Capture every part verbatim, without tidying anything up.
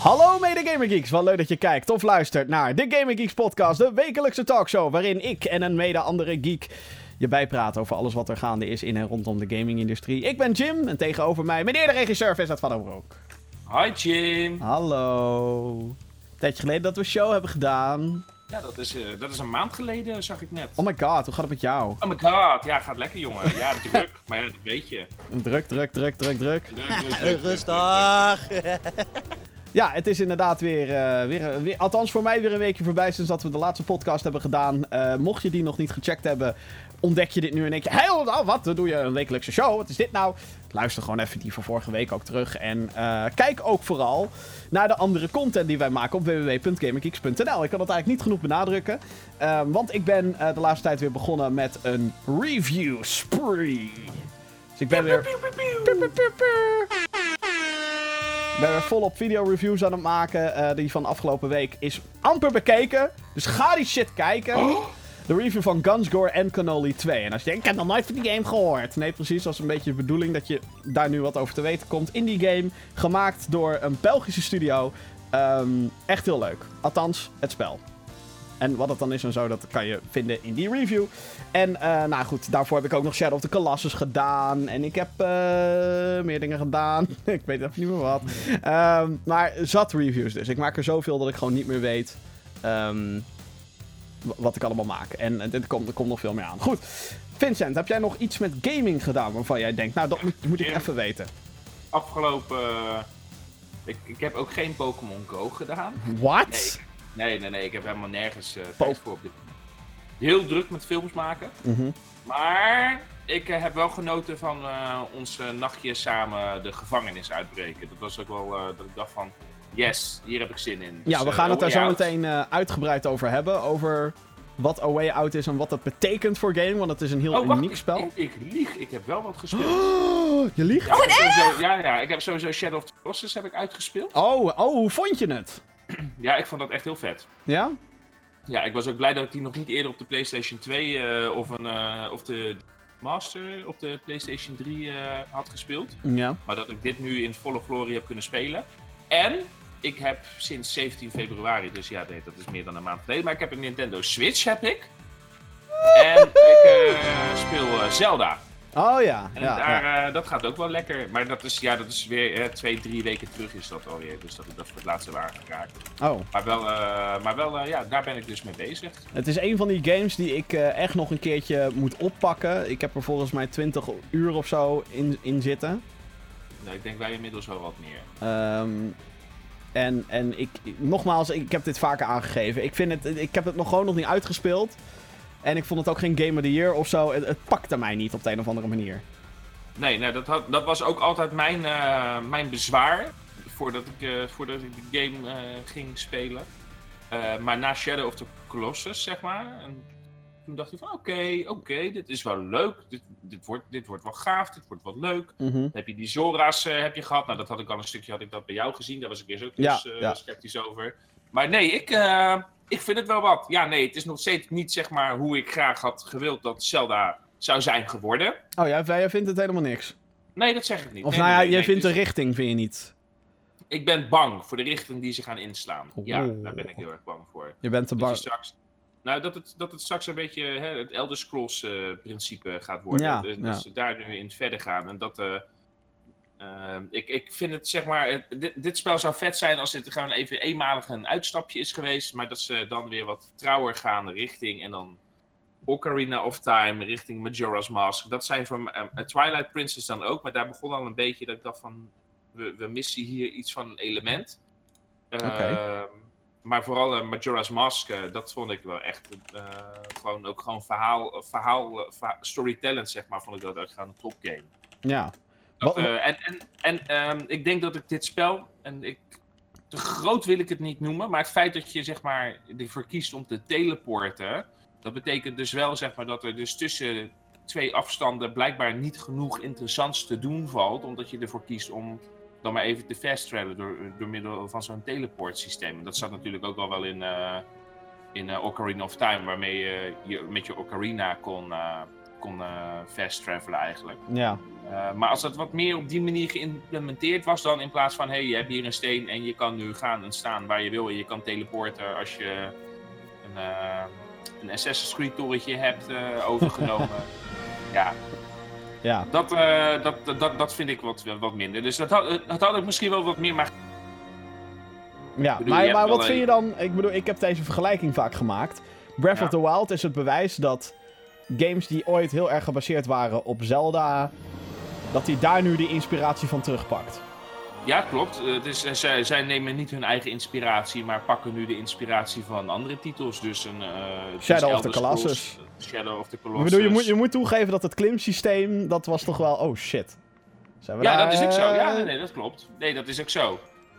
Hallo mede Gamer Geeks, wat leuk dat je kijkt of luistert naar de Gamer Geeks podcast, de wekelijkse talkshow waarin ik en een mede andere geek je bijpraten over alles wat er gaande is in en rondom de gaming-industrie. Ik ben Jim en tegenover mij meneer de regisseur Vincent van Overbroek. Hi Jim. Hallo. Een tijdje geleden dat we een show hebben gedaan. Ja, dat is, uh, dat is een maand geleden, zag ik net. Oh my god, hoe gaat het met jou? Oh my god, ja, gaat lekker jongen. Ja, druk, maar ja, dat weet je. Druk, druk, druk, druk, druk. Druk, druk, druk, Rustig! Ja, het is inderdaad weer, uh, weer, weer, althans voor mij weer een weekje voorbij sinds dat we de laatste podcast hebben gedaan. Uh, mocht je die nog niet gecheckt hebben, ontdek je dit nu en denk je, hé, oh, wat, dan doe je een wekelijkse show, wat is dit nou? Luister gewoon even die van vorige week ook terug en uh, kijk ook vooral naar de andere content die wij maken op w w w punt gamergeeks punt n l. Ik kan dat eigenlijk niet genoeg benadrukken, uh, want ik ben uh, de laatste tijd weer begonnen met een review spree. Dus ik ben weer... Ik ben weer volop video-reviews aan het maken. Uh, die van afgelopen week is amper bekeken. Dus ga die shit kijken. Oh. De review van Guns, Gore en Cannoli twee. En als je denkt, ik heb nog nooit van die game gehoord. Nee, precies. Dat is een beetje de bedoeling dat je daar nu wat over te weten komt. In die game, gemaakt door een Belgische studio. Um, echt heel leuk. Althans, het spel. En wat het dan is en zo, dat kan je vinden in die review. En uh, nou goed, daarvoor heb ik ook nog Shadow of the Colossus gedaan. En ik heb uh, meer dingen gedaan. Ik weet even niet meer wat. Um, maar zat reviews dus. Ik maak er zoveel dat ik gewoon niet meer weet um, wat ik allemaal maak. En uh, er, komt, er komt nog veel meer aan. Goed, Vincent, heb jij nog iets met gaming gedaan waarvan jij denkt, nou dat moet, moet ik even weten? Afgelopen... Uh, ik, ik heb ook geen Pokémon Go gedaan. What? Nee. Nee, nee, nee, ik heb helemaal nergens uh, tijd voor op dit moment. Heel druk met films maken. Mm-hmm. Maar ik uh, heb wel genoten van uh, ons uh, nachtje samen de gevangenis uitbreken. Dat was ook wel uh, dat ik dacht van, yes, hier heb ik zin in. Dus, ja, we gaan uh, het daar zo out. meteen uh, uitgebreid over hebben. Over wat A Way Out is en wat dat betekent voor game. Want het is een heel oh, wacht, uniek spel. Ik, ik, ik lieg, ik heb wel wat gespeeld. Oh, je liegt? Ja, sowieso, ja, ja, ik heb sowieso Shadow of the Colossus heb ik uitgespeeld. Oh, oh, hoe vond je het? Ja, ik vond dat echt heel vet. Ja? Ja, ik was ook blij dat ik die nog niet eerder op de PlayStation twee uh, of, een, uh, of de Master op de PlayStation drie uh, had gespeeld. Ja. Maar dat ik dit nu in volle glorie heb kunnen spelen. En ik heb sinds zeventien februari, dus ja, nee, dat is meer dan een maand geleden, maar ik heb een Nintendo Switch, heb ik. En ik uh, speel uh, Zelda. Oh ja. En ja, daar, ja. Uh, dat gaat ook wel lekker. Maar dat is, ja, dat is weer uh, twee, drie weken terug is dat alweer. Dus dat ik dat voor het laatste heb aangeraakt. Oh. Maar wel, uh, maar wel uh, ja, daar ben ik dus mee bezig. Het is een van die games die ik uh, echt nog een keertje moet oppakken. Ik heb er volgens mij twintig uur of zo in, in zitten. Nou, ik denk wij inmiddels wel wat meer. Um, en, en ik, nogmaals, ik heb dit vaker aangegeven. Ik, vind het, ik heb het nog gewoon nog niet uitgespeeld. En ik vond het ook geen Game of the Year of zo. Het, het pakte mij niet op de een of andere manier. Nee, nee dat, had, dat was ook altijd mijn, uh, mijn bezwaar. Voordat ik, uh, voordat ik de game uh, ging spelen. Uh, maar na Shadow of the Colossus, zeg maar. En toen dacht ik van oké, okay, oké, okay, dit is wel leuk. Dit, dit, wordt, dit wordt wel gaaf, dit wordt wel leuk. Mm-hmm. Dan heb je die Zora's uh, heb je gehad. Nou, dat had ik al een stukje had ik dat bij jou gezien. Daar was ik eerst ook dus, ja, uh, ja. sceptisch over. Maar nee, ik... Uh, Ik vind het wel wat. Ja, nee, het is nog steeds niet zeg maar hoe ik graag had gewild dat Zelda zou zijn geworden. Oh ja, jij vindt het helemaal niks? Nee, dat zeg ik niet. Of nee, nou ja, nee, nee, jij nee, vindt dus... de richting, vind je niet? Ik ben bang voor de richting die ze gaan inslaan. Oh. Ja, daar ben ik heel erg bang voor. Je bent te bang? Straks... Nou, dat het, dat het straks een beetje hè, het Elder Scrolls uh, principe gaat worden. Ja, dus ja. dus daar nu in verder gaan. En dat... Uh, Uh, ik, ik vind het, zeg maar, het, dit, dit spel zou vet zijn als het gewoon even eenmalig een uitstapje is geweest, maar dat ze dan weer wat trouwer gaan richting en dan Ocarina of Time, richting Majora's Mask. Dat zijn voor uh, Twilight Princess dan ook, maar daar begon al een beetje dat ik dacht van, we, we missen hier iets van een element. Uh, okay. Maar vooral uh, Majora's Mask, uh, dat vond ik wel echt, uh, gewoon ook gewoon verhaal, verhaal uh, verha- storytelling, zeg maar, vond ik dat ook gewoon een topgame. Ja. Dat, uh, en en, en um, ik denk dat ik dit spel, en ik, te groot wil ik het niet noemen, maar het feit dat je zeg maar ervoor kiest om te teleporten, dat betekent dus wel zeg maar dat er dus tussen twee afstanden blijkbaar niet genoeg interessants te doen valt, omdat je ervoor kiest om dan maar even te fast travelen door, door middel van zo'n teleportsysteem. En dat zat natuurlijk ook al wel in, uh, in uh, Ocarina of Time, waarmee uh, je met je Ocarina kon, uh, kon uh, fast travelen eigenlijk. Ja. Uh, maar als dat wat meer op die manier geïmplementeerd was dan in plaats van... hé, hey, je hebt hier een steen en je kan nu gaan en staan waar je wil. En je kan teleporten als je een, uh, een Assassin's Creed torentje hebt uh, overgenomen. ja, ja. Dat, uh, dat, dat, dat vind ik wat, wat minder. Dus dat had, dat had ik misschien wel wat meer... Maar... Ja, bedoel, maar, maar wat wel, vind je dan... Ik bedoel, ik heb deze vergelijking vaak gemaakt. Breath ja. of the Wild is het bewijs dat games die ooit heel erg gebaseerd waren op Zelda... dat hij daar nu die inspiratie van terugpakt. Ja, klopt. Uh, dus, uh, zij, zij nemen niet hun eigen inspiratie, maar pakken nu de inspiratie van andere titels. Dus een... Uh, Shadow of the Colossus. Shadow of the Colossus. Ik bedoel, je moet, je moet toegeven dat het klimsysteem, dat was toch wel... Oh shit. Zijn we ja, daar, dat is ook zo. Ja, nee, nee, dat klopt. Nee, dat is ook zo.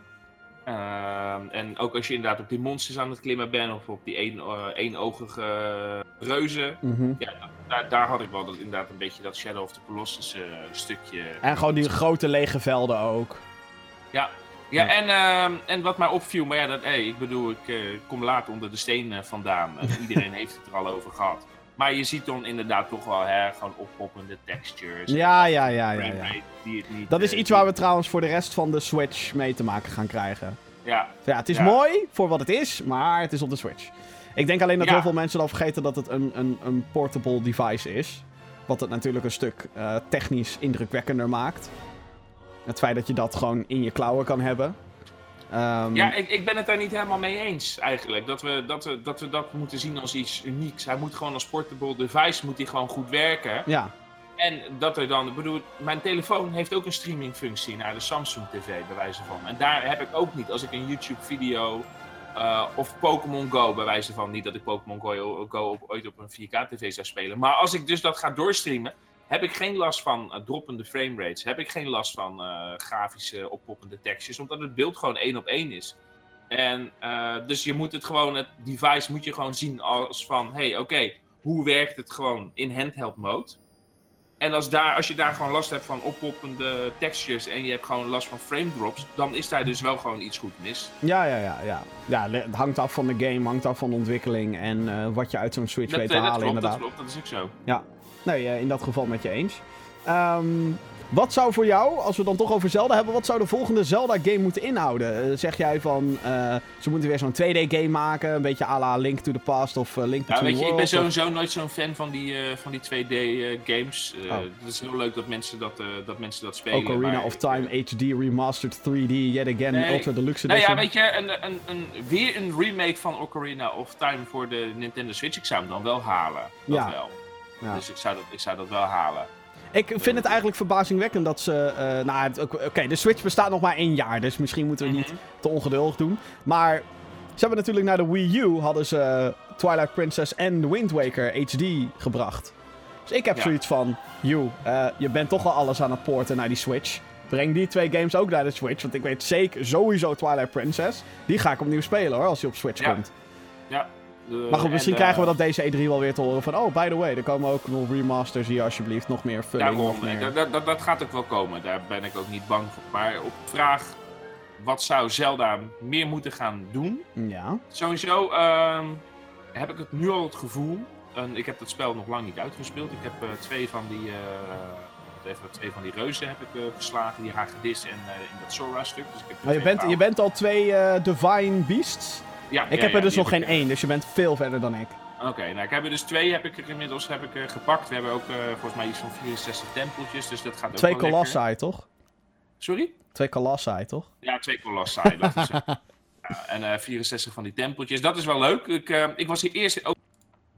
Uh, en ook als je inderdaad op die monsters aan het klimmen bent, of op die een, uh, eenogige reuzen, mm-hmm. ja, daar, daar had ik wel dat, inderdaad een beetje dat Shadow of the Colossus uh, stukje. En gewoon die grote lege velden ook. Ja, ja, ja. En, uh, en wat mij opviel, maar ja, dat, hey, ik bedoel, ik uh, kom laat onder de steen uh, vandaan. Uh, iedereen heeft het er al over gehad. Maar je ziet dan inderdaad toch wel hè, gewoon oppoppende textures. Ja, ja, ja, ja. ja. Die het niet, dat is uh, iets waar we trouwens voor de rest van de Switch mee te maken gaan krijgen. Ja. Ja, het is ja. mooi voor wat het is, maar het is op de Switch. Ik denk alleen dat ja. heel veel mensen dan vergeten dat het een, een, een portable device is. Wat het natuurlijk een stuk uh, technisch indrukwekkender maakt. Het feit dat je dat gewoon in je klauwen kan hebben. Um, ja, ik, ik ben het daar niet helemaal mee eens eigenlijk. Dat we dat, we, dat we dat moeten zien als iets unieks. Hij moet gewoon als portable device moet hij gewoon goed werken. Ja. En dat er dan, ik bedoel, mijn telefoon heeft ook een streamingfunctie naar de Samsung T V, bij wijze van. En daar heb ik ook niet, als ik een YouTube-video uh, of Pokémon Go, bij wijze van, niet dat ik Pokémon Go, Go op, ooit op een vier K T V zou spelen. Maar als ik dus dat ga doorstreamen, heb ik geen last van uh, droppende framerates. Heb ik geen last van uh, grafische oppoppende tekstjes, omdat het beeld gewoon één op één is. En uh, dus je moet het gewoon, het device moet je gewoon zien als van, hé, hey, oké, okay, hoe werkt het gewoon in handheld mode? En als, daar, als je daar gewoon last hebt van oppoppende textures en je hebt gewoon last van frame drops, dan is daar dus wel gewoon iets goed mis. Ja, ja, ja. ja. ja het hangt af van de game, hangt af van de ontwikkeling en uh, wat je uit zo'n Switch dat, weet te dat halen, klopt, inderdaad. Dat klopt, dat is ook zo. Ja, nee, uh, in dat geval met je eens. Um, wat zou voor jou, als we dan toch over Zelda hebben, wat zou de volgende Zelda-game moeten inhouden? Uh, zeg jij van, uh, ze moeten weer zo'n twee D-game maken, een beetje à la Link to the Past of uh, Link ja, Between weet je, Worlds? Ik ben sowieso of... nooit zo'n fan van die, uh, van die twee D-games. Uh, uh, oh. Het is heel leuk dat mensen dat, uh, dat, mensen dat spelen. Ocarina maar, of Time uh, H D Remastered drie D Yet Again nee, Ultra Deluxe nou Edition. ja, weet je, een, een, een, weer een remake van Ocarina of Time voor de Nintendo Switch. Ik zou hem dan wel halen. Dat ja. wel. Ja. Dus ik zou, dat, ik zou dat wel halen. Ik vind het eigenlijk verbazingwekkend dat ze... Uh, nou, oké, okay, de Switch bestaat nog maar één jaar, dus misschien moeten we mm-hmm. niet te ongeduldig doen. Maar ze hebben natuurlijk naar de Wii U hadden ze Twilight Princess en The Wind Waker H D gebracht. Dus ik heb ja. zoiets van, you, uh, je bent toch al alles aan het porten naar die Switch. Breng die twee games ook naar de Switch, want ik weet zeker sowieso Twilight Princess. Die ga ik opnieuw spelen hoor, als die op Switch ja. komt. Ja. De, maar goed, misschien en, krijgen we uh, dat deze E drie wel weer te horen van... Oh, by the way, er komen ook nog remasters hier alsjeblieft. Nog meer vulling. Daarom, nog meer... dat, dat, dat gaat ook wel komen. Daar ben ik ook niet bang voor. Maar op vraag... Wat zou Zelda meer moeten gaan doen? Ja. Sowieso uh, heb ik het nu al het gevoel... En ik heb dat spel nog lang niet uitgespeeld. Ik heb uh, twee van die... Uh, even twee van die reuzen heb ik uh, geslagen. Die Hagedis en uh, in dat Sora-stuk. Dus ik heb maar je bent, je bent al twee uh, Divine Beasts? Ja, ik ja, heb ja, er dus nog geen ik... één, dus je bent veel verder dan ik. Oké, okay, nou ik heb er dus twee heb ik er inmiddels heb ik, uh, gepakt. We hebben ook uh, volgens mij iets van vierenzestig tempeltjes, dus dat gaat ook twee wel Colossi, lekker. toch? Sorry? Twee Colossi, toch? Ja, twee Colossi. Dat is, uh, ja, en uh, vierenzestig van die tempeltjes. Dat is wel leuk. Ik, uh, ik was hier eerst ook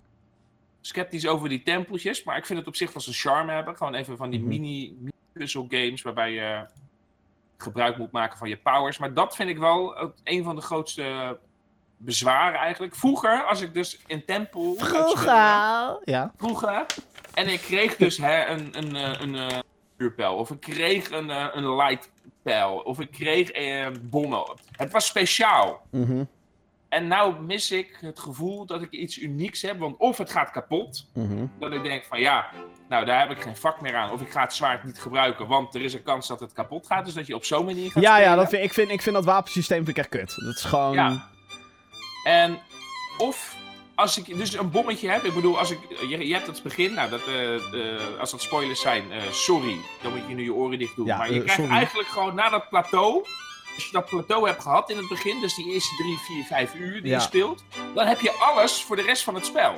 sceptisch over die tempeltjes, maar ik vind het op zich wel zijn charme hebben. Gewoon even van die mm-hmm. mini, mini puzzle games waarbij je gebruik moet maken van je powers. Maar dat vind ik wel ook een van de grootste bezwaren eigenlijk. Vroeger, als ik dus in tempel... Vroeger! Ja. Vroeger. En ik kreeg dus hè, een, een, een, een, een vuurpijl. Of ik kreeg een, een lightpijl. Of ik kreeg eh, bommen. Het was speciaal. Mm-hmm. En nou mis ik het gevoel dat ik iets unieks heb. Want of het gaat kapot. Mm-hmm. Dat ik denk van ja, nou daar heb ik geen vak meer aan. Of ik ga het zwaard niet gebruiken. Want er is een kans dat het kapot gaat. Dus dat je op zo'n manier gaat Ja, spelen. ja dat vind, ik, vind, ik vind dat wapensysteem vind ik echt kut. Dat is gewoon... Ja. En of als ik dus een bommetje heb, ik bedoel, als ik, je, je hebt het begin, nou, dat, uh, uh, als dat spoilers zijn, uh, sorry, dan moet je nu je oren dicht doen. Ja, maar je uh, krijgt sorry. eigenlijk gewoon na dat plateau, als je dat plateau hebt gehad in het begin, dus die eerste drie, vier, vijf uur die ja. je speelt, dan heb je alles voor de rest van het spel.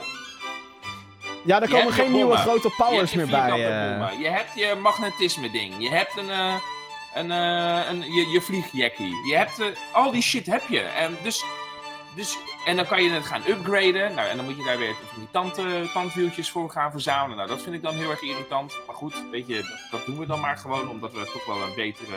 Ja, er komen geen nieuwe grote powers meer bij. Uh... Je hebt je magnetisme ding, je hebt een, uh, een, uh, een je, je vliegjackie, je hebt, uh, al die shit heb je. En dus... Dus, en dan kan je het gaan upgraden. Nou, en dan moet je daar weer van die tand, tandwieltjes voor gaan verzamelen. Nou, dat vind ik dan heel erg irritant. Maar goed, weet je, dat, dat doen we dan maar gewoon. Omdat we toch wel een betere,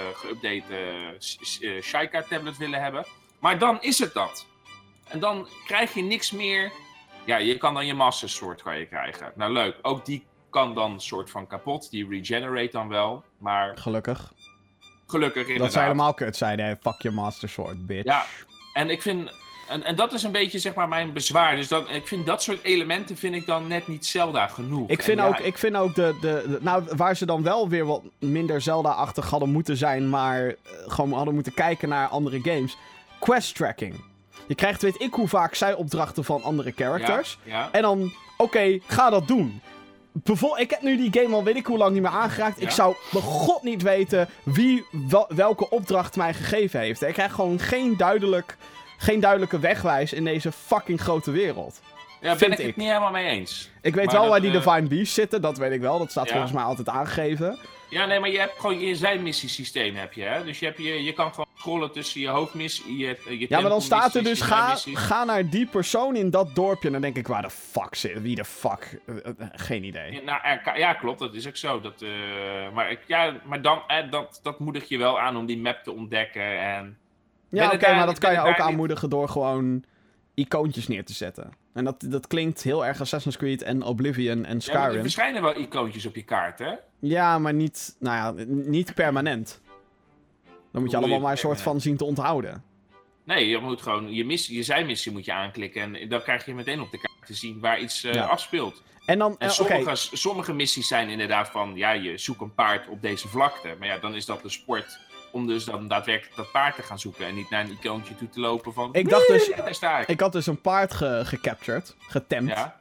geüpdate uh, Shaika tablet willen hebben. Maar dan is het dat. En dan krijg je niks meer. Ja, je kan dan je Master Sword kan je krijgen. Nou, leuk. Ook die kan dan soort van kapot. Die regenerate dan wel. Maar... Gelukkig. Gelukkig, inderdaad. Dat zou helemaal kut zijn, hè. Fuck your Master Sword, bitch. Ja, en ik vind... En, en dat is een beetje, zeg maar, mijn bezwaar. Dus dat, ik vind dat soort elementen vind ik dan net niet Zelda genoeg. Ik vind en ook, ja, ik vind ook de, de, de... Nou, waar ze dan wel weer wat minder Zelda-achtig hadden moeten zijn... maar uh, gewoon hadden moeten kijken naar andere games. Quest tracking. Je krijgt weet ik hoe vaak zijopdrachten van andere characters. Ja, ja. En dan, oké, okay, ga dat doen. Bijvoorbeeld, ik heb nu die game al weet ik hoe lang niet meer aangeraakt. Ja? Ik zou bij god niet weten wie wel, welke opdracht mij gegeven heeft. Ik krijg gewoon geen duidelijk... Geen duidelijke wegwijs in deze fucking grote wereld. Ja, ben vind ik, ik het niet helemaal mee eens. Ik weet maar wel dat, waar die uh... Divine Beasts zitten, dat weet ik wel. Dat staat ja. volgens mij altijd aangegeven. Ja, nee, maar je hebt gewoon je zijmissiesysteem heb je, hè. Dus je, hebt je, je kan gewoon scrollen tussen je hoofdmissie, je, je Ja, maar dan staat er dus, ga, ga... ga naar die persoon in dat dorpje. En dan denk ik, waar de fuck zit, wie de fuck? Uh, uh, geen idee. Ja, nou, ja, klopt, dat is ook zo. Dat, uh, maar ik, ja, maar dan, eh, dat, dat moedig je wel aan om die map te ontdekken en... Ja, oké, okay, maar dat kan je ook aanmoedigen door gewoon icoontjes neer te zetten. En dat, dat klinkt heel erg Assassin's Creed en Oblivion en Skyrim. Ja, er verschijnen wel icoontjes op je kaart, hè? Ja, maar niet, nou ja, niet permanent. Dan moet je allemaal maar een soort van zien te onthouden. Nee, je moet gewoon je, missie, je zijmissie moet je aanklikken. En dan krijg je meteen op de kaart te zien waar iets uh, ja. afspeelt. En, dan, en uh, sommige, okay. sommige missies zijn inderdaad van, ja, je zoekt een paard op deze vlakte. Maar ja, dan is dat de sport... Om dus dan daadwerkelijk dat paard te gaan zoeken. En niet naar een icoontje toe te lopen van... Ik dacht dus... Daar sta ik. Ik had dus een paard ge gecaptured. Getemd. Ja.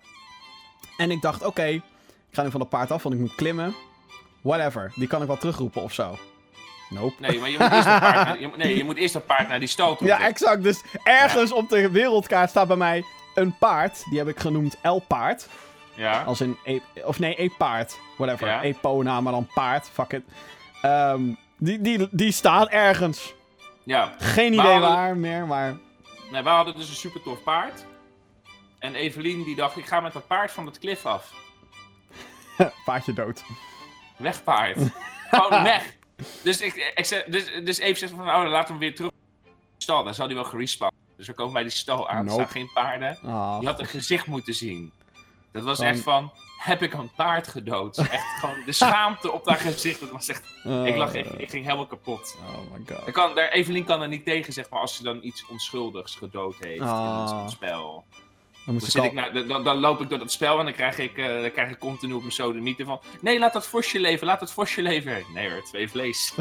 En ik dacht, oké. Okay, ik ga nu van dat paard af, want ik moet klimmen. Whatever. Die kan ik wel terugroepen of zo. Nope. Nee, maar je moet eerst dat paard naar, je, nee, je moet eerst dat paard naar die stal toe. Ja, exact. Dus ergens ja. op de wereldkaart staat bij mij een paard. Die heb ik genoemd El-paard. Ja. Als een... E of nee, E-paard. Whatever. Ja. Epona, maar dan paard. Fuck it. Um, Die, die, die staan ergens. Ja. Geen idee hadden... waar meer, maar... Nee, wij hadden dus een super tof paard. En Evelien die dacht, ik ga met dat paard van het klif af. Paardje dood. Weg paard. Gewoon weg. Dus, ik, ik zei, dus, dus Eve zegt van, oh, laat hem weer terug. Stal, dan zal hij wel gerespawnd. Dus we komen bij die stal aan, er staan geen paarden. Oh. Je had een gezicht moeten zien. Dat was van... echt van... Heb ik een paard gedood? Echt gewoon de schaamte op haar gezicht. Dat was echt... Uh, ik lag echt... Ik ging helemaal kapot. Oh my god. Ik kan, daar, Evelien kan er niet tegen, zeg maar, als ze dan iets onschuldigs gedood heeft oh. in het spel. Dan, dan, zit al... ik naar, dan, dan loop ik door dat spel en dan krijg ik, uh, dan krijg ik continu op mijn sodemieten van... Nee, laat dat vosje leven, laat dat vosje leven. Nee hoor, twee vlees.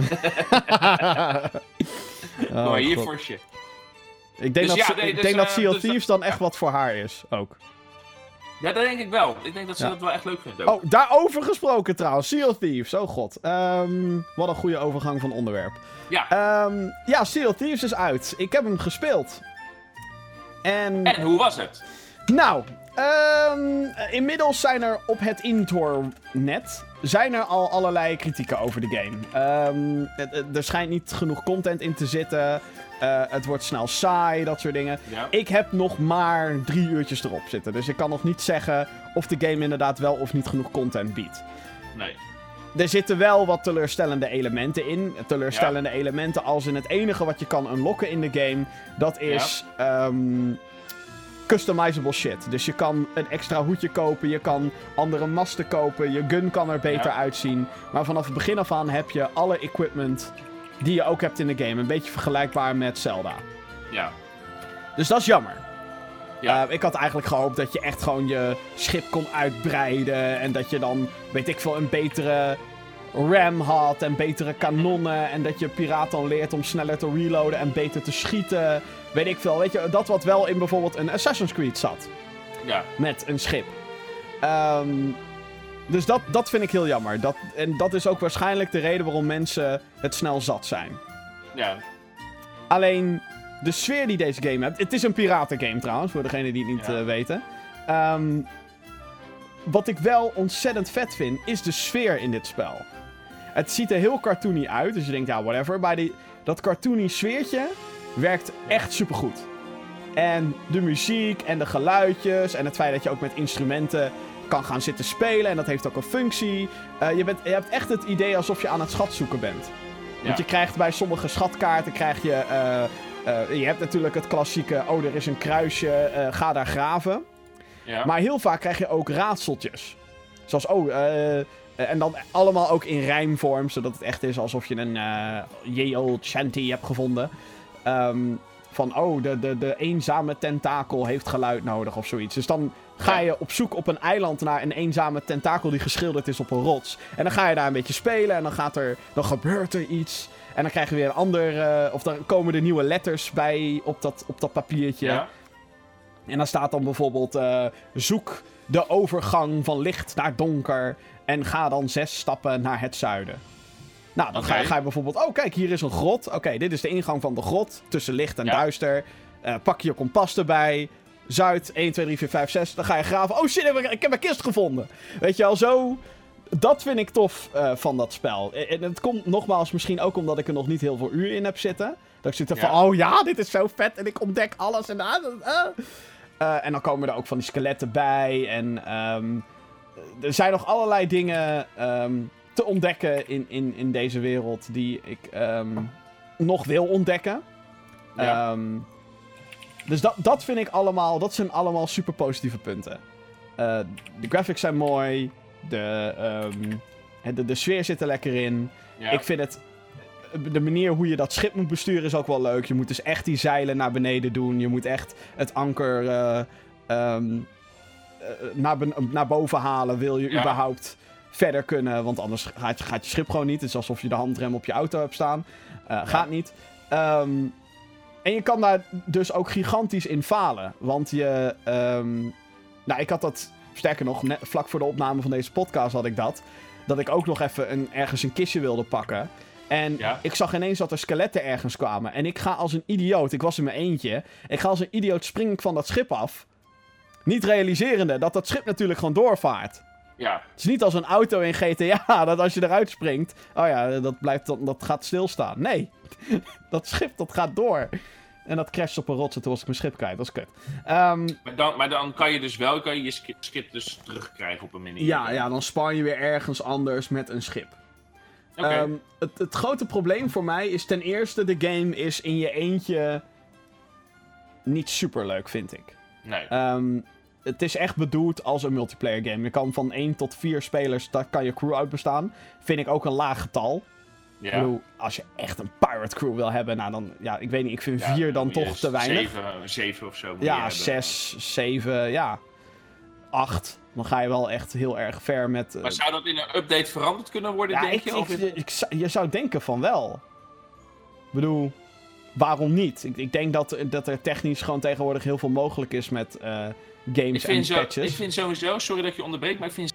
oh, maar hier, god. Vosje. Ik denk dus dat, ja, nee, dus, denk uh, dat Sea of dus Thieves dat, dan echt ja. wat voor haar is, ook. Ja, dat denk ik wel. Ik denk dat ze ja. dat wel echt leuk vindt ook. Oh, daarover gesproken trouwens. Sea of Thieves, oh god. Um, wat een goede overgang van onderwerp. Ja. Um, ja, Sea of Thieves is uit. Ik heb hem gespeeld. En... En hoe was het? Nou, um, inmiddels zijn er op het internet... zijn er al allerlei kritieken over de game. Um, er schijnt niet genoeg content in te zitten... Uh, het wordt snel saai, dat soort dingen. Ja. Ik heb nog maar drie uurtjes erop zitten. Dus ik kan nog niet zeggen of de game inderdaad wel of niet genoeg content biedt. Nee. Er zitten wel wat teleurstellende elementen in. Teleurstellende ja. elementen als in het enige wat je kan unlocken in de game. Dat is ja. um, customizable shit. Dus je kan een extra hoedje kopen. Je kan andere masten kopen. Je gun kan er beter ja. uitzien. Maar vanaf het begin af aan heb je alle equipment... die je ook hebt in de game. Een beetje vergelijkbaar met Zelda. Ja. Dus dat is jammer. Ja. Uh, ik had eigenlijk gehoopt dat je echt gewoon je schip kon uitbreiden. En dat je dan, weet ik veel, een betere RAM had. En betere kanonnen. En dat je piraat dan leert om sneller te reloaden en beter te schieten. Weet ik veel. Weet je, dat wat wel in bijvoorbeeld een Assassin's Creed zat. Ja. Met een schip. Um, dus dat, dat vind ik heel jammer. Dat, en dat is ook waarschijnlijk de reden waarom mensen het snel zat zijn. Ja. Alleen, de sfeer die deze game heeft... Het is een piratengame trouwens, voor degenen die het niet ja. uh, weten. Um, wat ik wel ontzettend vet vind, is de sfeer in dit spel. Het ziet er heel cartoony uit, dus je denkt, ja, whatever. Maar die, dat cartoony sfeertje werkt echt supergoed. En de muziek en de geluidjes en het feit dat je ook met instrumenten kan gaan zitten spelen. En dat heeft ook een functie. Uh, je, bent, je hebt echt het idee alsof je aan het schatzoeken bent. Ja. Want je krijgt bij sommige schatkaarten, krijg je... Uh, uh, je hebt natuurlijk het klassieke, oh, er is een kruisje, uh, ga daar graven. Ja. Maar heel vaak krijg je ook raadseltjes. Zoals, oh, uh, en dan allemaal ook in rijmvorm, zodat het echt is alsof je een uh, Yale Shanty hebt gevonden. Um, van, oh, de, de, de eenzame tentakel heeft geluid nodig of zoiets. Dus dan ga je op zoek op een eiland naar een eenzame tentakel die geschilderd is op een rots. En dan ga je daar een beetje spelen en dan gaat er, dan gebeurt er iets. En dan krijg je weer een ander, uh, of dan komen er nieuwe letters bij op dat, op dat papiertje. Ja. En dan staat dan bijvoorbeeld, uh, zoek de overgang van licht naar donker en ga dan zes stappen naar het zuiden. Nou, dan okay. ga, je, ga je bijvoorbeeld... Oh, kijk, hier is een grot. Oké, okay, dit is de ingang van de grot. Tussen licht en ja. duister. Uh, pak je kompas erbij. Zuid, één, twee, drie, vier, vijf, zes. Dan ga je graven. Oh shit, ik heb mijn kist gevonden. Weet je wel, zo... Dat vind ik tof uh, van dat spel. En het komt nogmaals misschien ook omdat ik er nog niet heel veel uur in heb zitten. Dat ik zit er ja. van, oh ja, dit is zo vet. En ik ontdek alles. En, uh, uh. Uh, en dan komen er ook van die skeletten bij. En um, er zijn nog allerlei dingen... Um, te ontdekken in, in, in deze wereld die ik um, nog wil ontdekken. Ja. Um, dus dat, dat vind ik allemaal... Dat zijn allemaal super positieve punten. Uh, de graphics zijn mooi. De, um, de, de sfeer zit er lekker in. Ja. Ik vind het... De manier hoe je dat schip moet besturen is ook wel leuk. Je moet dus echt die zeilen naar beneden doen. Je moet echt het anker uh, um, uh, naar, ben, naar boven halen. Wil je ja. überhaupt... verder kunnen, want anders gaat je, gaat je schip gewoon niet. Het is alsof je de handrem op je auto hebt staan. Uh, ja. Gaat niet. Um, en je kan daar dus ook gigantisch in falen. Want je... Um, nou, ik had dat... Sterker nog, net, vlak voor de opname van deze podcast had ik dat. Dat ik ook nog even een, ergens een kistje wilde pakken. En ja. ik zag ineens dat er skeletten ergens kwamen. En ik ga als een idioot... Ik was in mijn eentje. Ik ga als een idioot spring ik van dat schip af. Niet realiserende dat dat schip natuurlijk gewoon doorvaart. Ja. Het is niet als een auto in G T A, dat als je eruit springt... Oh ja, dat, blijft, dat, dat gaat stilstaan. Nee, dat schip dat gaat door. En dat crasht op een rots en toen was ik mijn schip kwijt. Dat is kut. Um, maar, dan, maar dan kan je dus wel kan je, je schip dus terugkrijgen op een manier. Ja, ja, dan spawn je weer ergens anders met een schip. Okay. Um, het, het grote probleem voor mij is ten eerste... De game is in je eentje niet super leuk, vind ik. Nee. Um, Het is echt bedoeld als een multiplayer game. Je kan van één tot vier spelers, daar kan je crew uit bestaan. Vind ik ook een laag getal. Ja. Ik bedoel, als je echt een pirate crew wil hebben, nou dan, ja, ik weet niet, ik vind ja, vier dan toch te weinig. Zeven, zeven of zo. Ja, zes, zeven, ja, acht. Dan ga je wel echt heel erg ver met... Uh... Maar zou dat in een update veranderd kunnen worden, ja, denk ik, je? Of ik, ik, ik, je zou denken van wel. Ik bedoel, waarom niet? Ik, ik denk dat, dat er technisch gewoon tegenwoordig heel veel mogelijk is met... Uh, games en zo, patches. Ik vind sowieso, sorry dat je onderbreekt, maar ik vind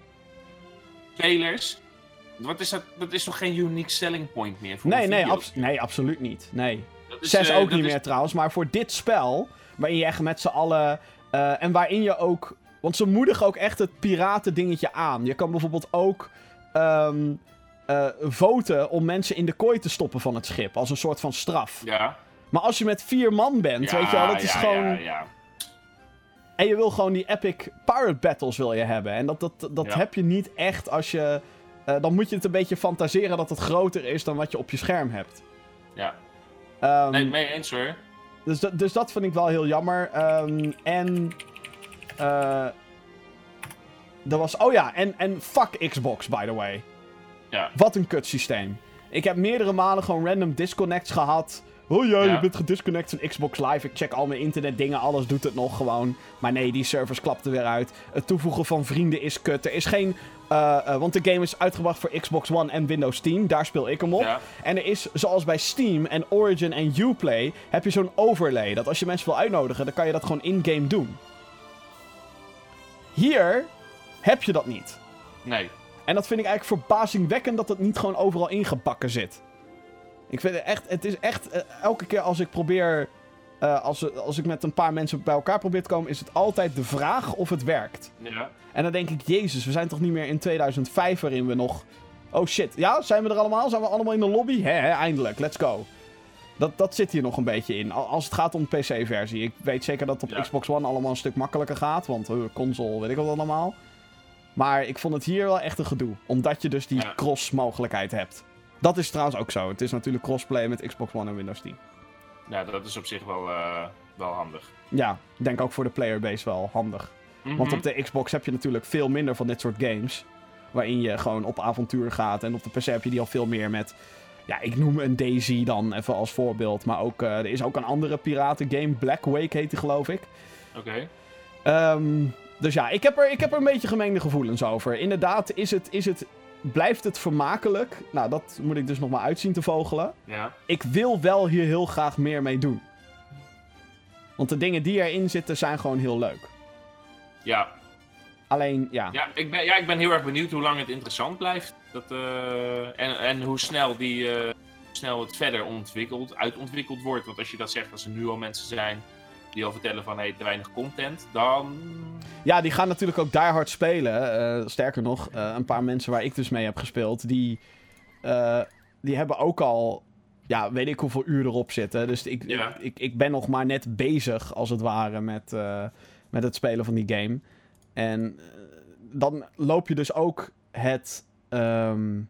spelers... Wat is dat? Dat is toch geen unique selling point meer voor nee, nee, abs- nee, absoluut niet. Nee. Is, Zes uh, ook niet is... meer trouwens, maar voor dit spel, waarin je echt met z'n allen... Uh, en waarin je ook... Want ze moedigen ook echt het piraten dingetje aan. Je kan bijvoorbeeld ook um, uh, voten om mensen in de kooi te stoppen van het schip, als een soort van straf. Ja. Maar als je met vier man bent, ja, weet je wel, dat is ja, gewoon... Ja, ja. En je wil gewoon die epic pirate battles wil je hebben. En dat, dat, dat ja. heb je niet echt als je... Uh, dan moet je het een beetje fantaseren dat het groter is dan wat je op je scherm hebt. Ja. Um, nee, mee eens hoor. Dus, dus dat vind ik wel heel jammer. Um, en... Uh, er was... Oh ja, en, en fuck Xbox, by the way. Ja. Wat een kutsysteem. Ik heb meerdere malen gewoon random disconnects gehad... Oh ja, je ja. bent gedisconnect van Xbox Live. Ik check al mijn internetdingen, alles doet het nog gewoon. Maar nee, die servers klapten weer uit. Het toevoegen van vrienden is kut. Er is geen... Uh, uh, want de game is uitgebracht voor Xbox One en Windows tien. Daar speel ik hem op. Ja. En er is, zoals bij Steam en Origin en Uplay... heb je zo'n overlay. Dat als je mensen wil uitnodigen, dan kan je dat gewoon in-game doen. Hier heb je dat niet. Nee. En dat vind ik eigenlijk verbazingwekkend dat het niet gewoon overal ingebakken zit. Ik vind het echt, het is echt, uh, elke keer als ik probeer, uh, als, als ik met een paar mensen bij elkaar probeer te komen, is het altijd de vraag of het werkt. Ja. En dan denk ik, jezus, we zijn toch niet meer in tweeduizend vijf waarin we nog... Oh shit, ja, zijn we er allemaal? Zijn we allemaal in de lobby? Hè, hè, eindelijk, let's go. Dat, dat zit hier nog een beetje in, als het gaat om de P C-versie. Ik weet zeker dat het op Ja. Xbox One allemaal een stuk makkelijker gaat, want uh, console, weet ik wat allemaal. Maar ik vond het hier wel echt een gedoe, omdat je dus die Ja. cross-mogelijkheid hebt. Dat is trouwens ook zo. Het is natuurlijk crossplay met Xbox One en Windows tien. Ja, dat is op zich wel, uh, wel handig. Ja, ik denk ook voor de playerbase wel handig. Mm-hmm. Want op de Xbox heb je natuurlijk veel minder van dit soort games. Waarin je gewoon op avontuur gaat. En op de P C heb je die al veel meer met... Ja, ik noem een DayZ dan even als voorbeeld. Maar ook, uh, er is ook een andere piratengame. Black Wake heet die, geloof ik. Oké. Okay. Um, dus ja, ik heb, er, ik heb er een beetje gemengde gevoelens over. Inderdaad, is het, is het, blijft het vermakelijk? Nou, dat moet ik dus nog maar uitzien te vogelen. Ja. Ik wil wel hier heel graag meer mee doen. Want de dingen die erin zitten zijn gewoon heel leuk. Ja. Alleen, ja. Ja, ik ben, ja, ik ben heel erg benieuwd hoe lang het interessant blijft. Dat, uh, en, en hoe snel, die, uh, snel het verder ontwikkeld, uitontwikkeld wordt. Want als je dat zegt, als er nu al mensen zijn die al vertellen van hey, te weinig content, dan... Ja, die gaan natuurlijk ook die hard spelen. Uh, sterker nog, uh, een paar mensen waar ik dus mee heb gespeeld, die, uh, die hebben ook al, ja, weet ik hoeveel uur erop zitten. Dus ik, Ja. ik, ik, ik ben nog maar net bezig, als het ware, met, uh, met het spelen van die game. En uh, dan loop je dus ook het um,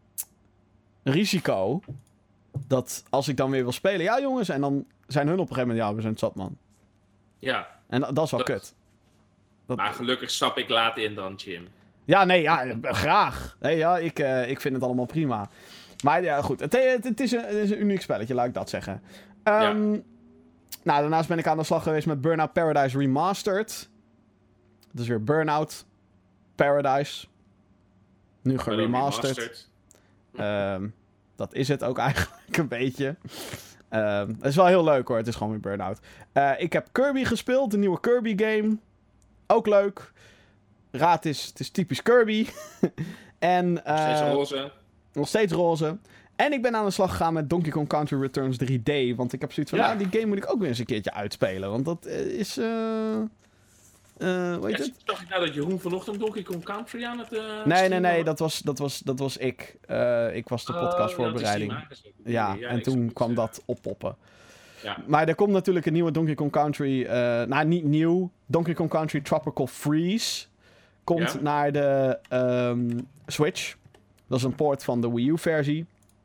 risico dat als ik dan weer wil spelen, ja jongens, en dan zijn hun op een gegeven moment, ja, we zijn het zat, man. Ja. En dat, dat is wel Dat- kut. Dat... Maar gelukkig stap ik laat in dan, Jim. Ja, nee, ja, eh, graag. Nee, ja, ik, uh, ik vind het allemaal prima. Maar ja, goed. Het, het, het, is, een, het is een uniek spelletje, laat ik dat zeggen. Um, ja. Nou, daarnaast ben ik aan de slag geweest met Burnout Paradise Remastered. Dat is weer Burnout Paradise. Nu geremasterd. Um, dat is het ook eigenlijk een beetje. Um, het is wel heel leuk hoor, het is gewoon weer Burnout. Uh, ik heb Kirby gespeeld, de nieuwe Kirby game. Ook leuk. Raad is, het is typisch Kirby. en, uh, Nog steeds roze. Nog steeds roze. En ik ben aan de slag gegaan met Donkey Kong Country Returns drie D. Want ik heb zoiets van, Ja. nou, die game moet ik ook weer eens een keertje uitspelen. Want dat uh, is... Uh, uh, hoe heet Ja, het? dacht ik nou dat Jeroen vanochtend Donkey Kong Country aan het... Uh, Nee, nee, streamen nee, was? dat was, dat was, dat was ik. Uh, ik was de Oh, podcastvoorbereiding. ja, dat is die smaak, Ja, ja, en ik toen snap het, kwam ja. dat oppoppen. Ja. Maar er komt natuurlijk een nieuwe Donkey Kong Country... Uh, nou, niet nieuw. Donkey Kong Country Tropical Freeze komt Ja. naar de um, Switch. Dat is een port van de Wii U-versie.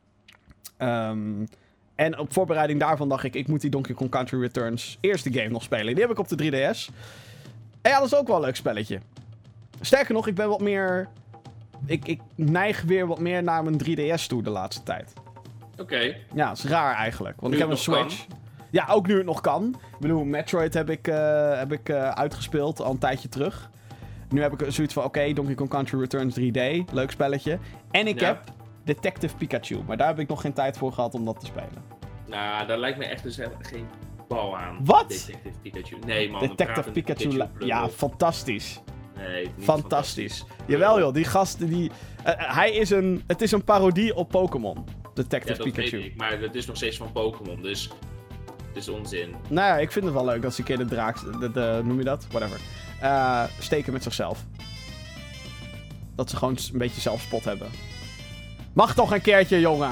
Um, en op voorbereiding daarvan dacht ik... ik moet die Donkey Kong Country Returns eerste game nog spelen. Die heb ik op de drie D S. En ja, dat is ook wel een leuk spelletje. Sterker nog, ik ben wat meer... Ik, ik neig weer wat meer naar mijn drie D S toe de laatste tijd. Oké. Okay. Ja, dat is raar eigenlijk. Want Nu ik heb het een nog Switch. Ja, ook nu het nog kan. Ik bedoel, Metroid heb ik, uh, heb ik uh, uitgespeeld al een tijdje terug. Nu heb ik zoiets van, oké, okay, Donkey Kong Country Returns drie D. Leuk spelletje. En ik Ja. heb Detective Pikachu. Maar daar heb ik nog geen tijd voor gehad om dat te spelen. Nou, daar lijkt me echt dus geen bal aan. Wat? Detective Pikachu. Nee man. Detective Pikachu. Pikachu Pikachu ja, fantastisch. Nee, niet Fantastisch. fantastisch. Jawel joh, die gast die... Uh, hij is een... Het is een parodie op Pokémon. Detective Ja, dat Pikachu. weet ik, maar het is nog steeds van Pokémon, dus het is onzin. Nou ja, ik vind het wel leuk dat ze een keer de draak... De, de, noem je dat? Whatever. Uh, steken met zichzelf. Dat ze gewoon een beetje zelfspot hebben. Mag toch een keertje, jongen!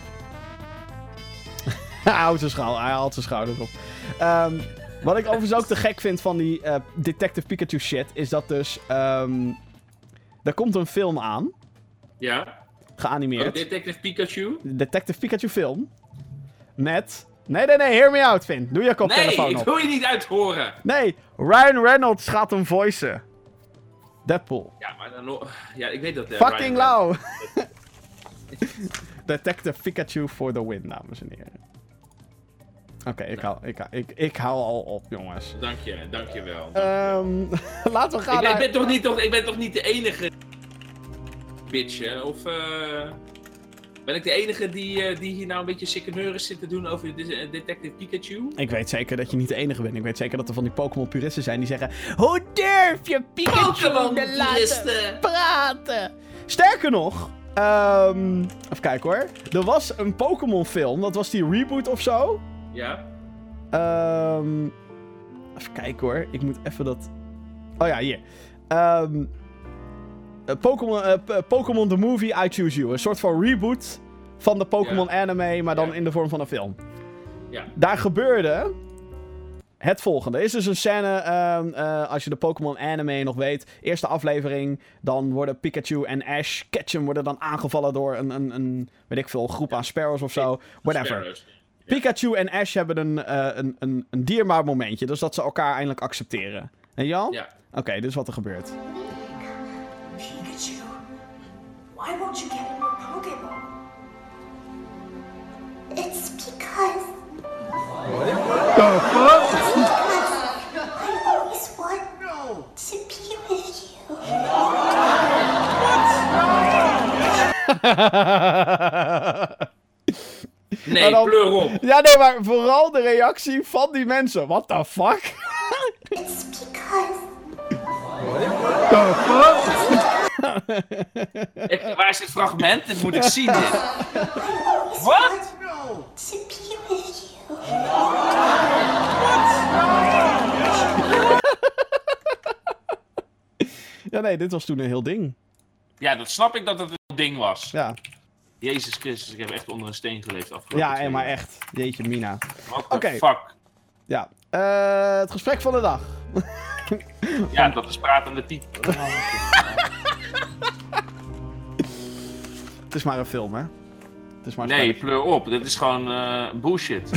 hij houdt zijn schouder, hij haalt zijn schouders op. Um, wat ik overigens ook te gek vind van die uh, Detective Pikachu shit... is dat dus... Um, er komt een film aan. Ja? Geanimeerd. Oh, Detective Pikachu? Detective Pikachu film. Met... Nee, nee, nee, hear me out, Finn. Doe je koptelefoon Nee, ik op. wil je niet uithoren. Nee, Ryan Reynolds gaat hem voicen. Deadpool. Ja, maar dan nog... Ja, ik weet dat... Uh, Fucking Ryan low. Detective Pikachu for the win, dames en heren. Oké, okay, ik, hou, ik, ik, ik hou al op, jongens. Dank je, dank je wel. Um, laten we gaan ik, ben, naar... ik, ben toch niet, toch, ik ben toch niet de enige bitch, hè? Of, uh... Ben ik de enige die, uh, die hier nou een beetje sikkeneuris zit te doen over de, Detective Pikachu? Ik weet zeker dat je niet de enige bent. Ik weet zeker dat er van die Pokémon-puristen zijn die zeggen... Hoe durf je Pikachu te laten praten? Sterker nog... Um, even kijken hoor. Er was een Pokémon-film. Dat was die reboot of zo. Ja. Um, even kijken hoor. Ik moet even dat... Oh ja, hier. Um, uh, Pokémon, uh, Pokémon The Movie, I Choose You. Een soort van reboot van de Pokémon ja. anime, maar dan ja. in de vorm van een film. Ja. Daar gebeurde het volgende. Er is dus een scène, uh, uh, als je de Pokémon anime nog weet. Eerste aflevering, dan worden Pikachu en Ash, Ketchum, worden dan aangevallen door een, een, een weet ik veel, groep aan Sparrows of zo. Whatever. Sparrows. Ja. Pikachu en Ash hebben een, uh, een, een, een dierbaar momentje. Dus dat ze elkaar eindelijk accepteren. En Jan? Ja. Oké, okay, dit is wat er gebeurt. Pikachu, why won't you get in your Pokemon? It's because... What the fuck? Because I always want to be with you. What? Nee, dan, pleur op. Ja, nee, maar vooral de reactie van die mensen. What the fuck? It's because... What the fuck? Ik, waar is dit fragment? Dit moet ik zien, dit. Wat? To be with you. Ja, nee, dit was toen een heel ding. Ja, dat snap ik dat het een ding was. Ja. Jezus Christus, ik heb echt onder een steen geleefd afgelopen. Ja, en maar echt. Jeetje, Mina. What the okay. fuck? Ja. Uh, het gesprek van de dag. Ja, dat is pratende type. Het is maar een film, hè? Het is maar nee, pleur op. Dit is gewoon uh, bullshit.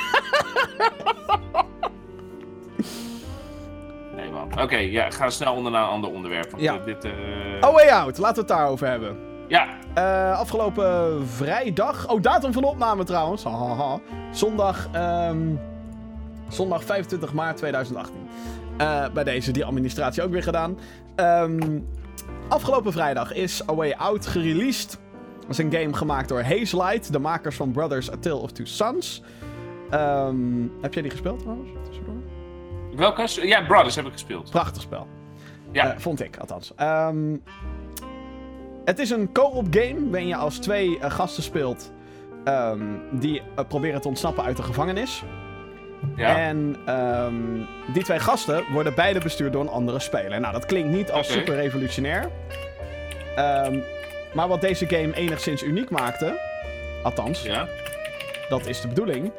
Nee, man. Oké, okay, ja, ga snel onder naar een ander onderwerp. Want ja. dit, uh... Oh, Way Out. Laten we het daarover hebben. Ja. Uh, afgelopen vrijdag... Oh, datum van de opname trouwens. Hahaha. Zondag... Um... Zondag vijfentwintig maart tweeduizend achttien. Uh, bij deze, die administratie ook weer gedaan. Um, afgelopen vrijdag is A Way Out gereleased. Dat is een game gemaakt door Hazelight, de makers van Brothers A Tale of Two Sons. Um, heb jij die gespeeld trouwens? Welke? Ja, Brothers heb ik gespeeld. Prachtig spel. Ja. Uh, vond ik, althans. Um, het is een co-op game waarin je als twee uh, gasten speelt um, die uh, proberen te ontsnappen uit de gevangenis. Ja. En um, die twee gasten worden beide bestuurd door een andere speler. Nou, dat klinkt niet als okay. super revolutionair. Um, maar wat deze game enigszins uniek maakte, althans, ja. dat is de bedoeling,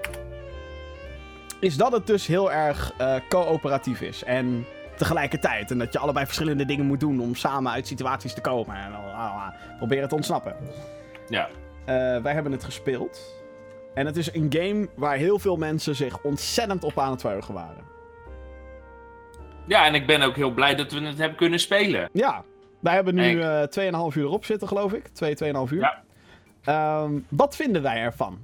is dat het dus heel erg uh, coöperatief is. En tegelijkertijd. En dat je allebei verschillende dingen moet doen om samen uit situaties te komen. En uh, uh, proberen te ontsnappen. Ja. Uh, wij hebben het gespeeld. En het is een game waar heel veel mensen zich ontzettend op aan het verheugen waren. Ja, en ik ben ook heel blij dat we het hebben kunnen spelen. Ja, wij hebben nu uh, twee komma vijf uur erop zitten, geloof ik. Twee, twee komma vijf uur. Ja. Um, wat vinden wij ervan?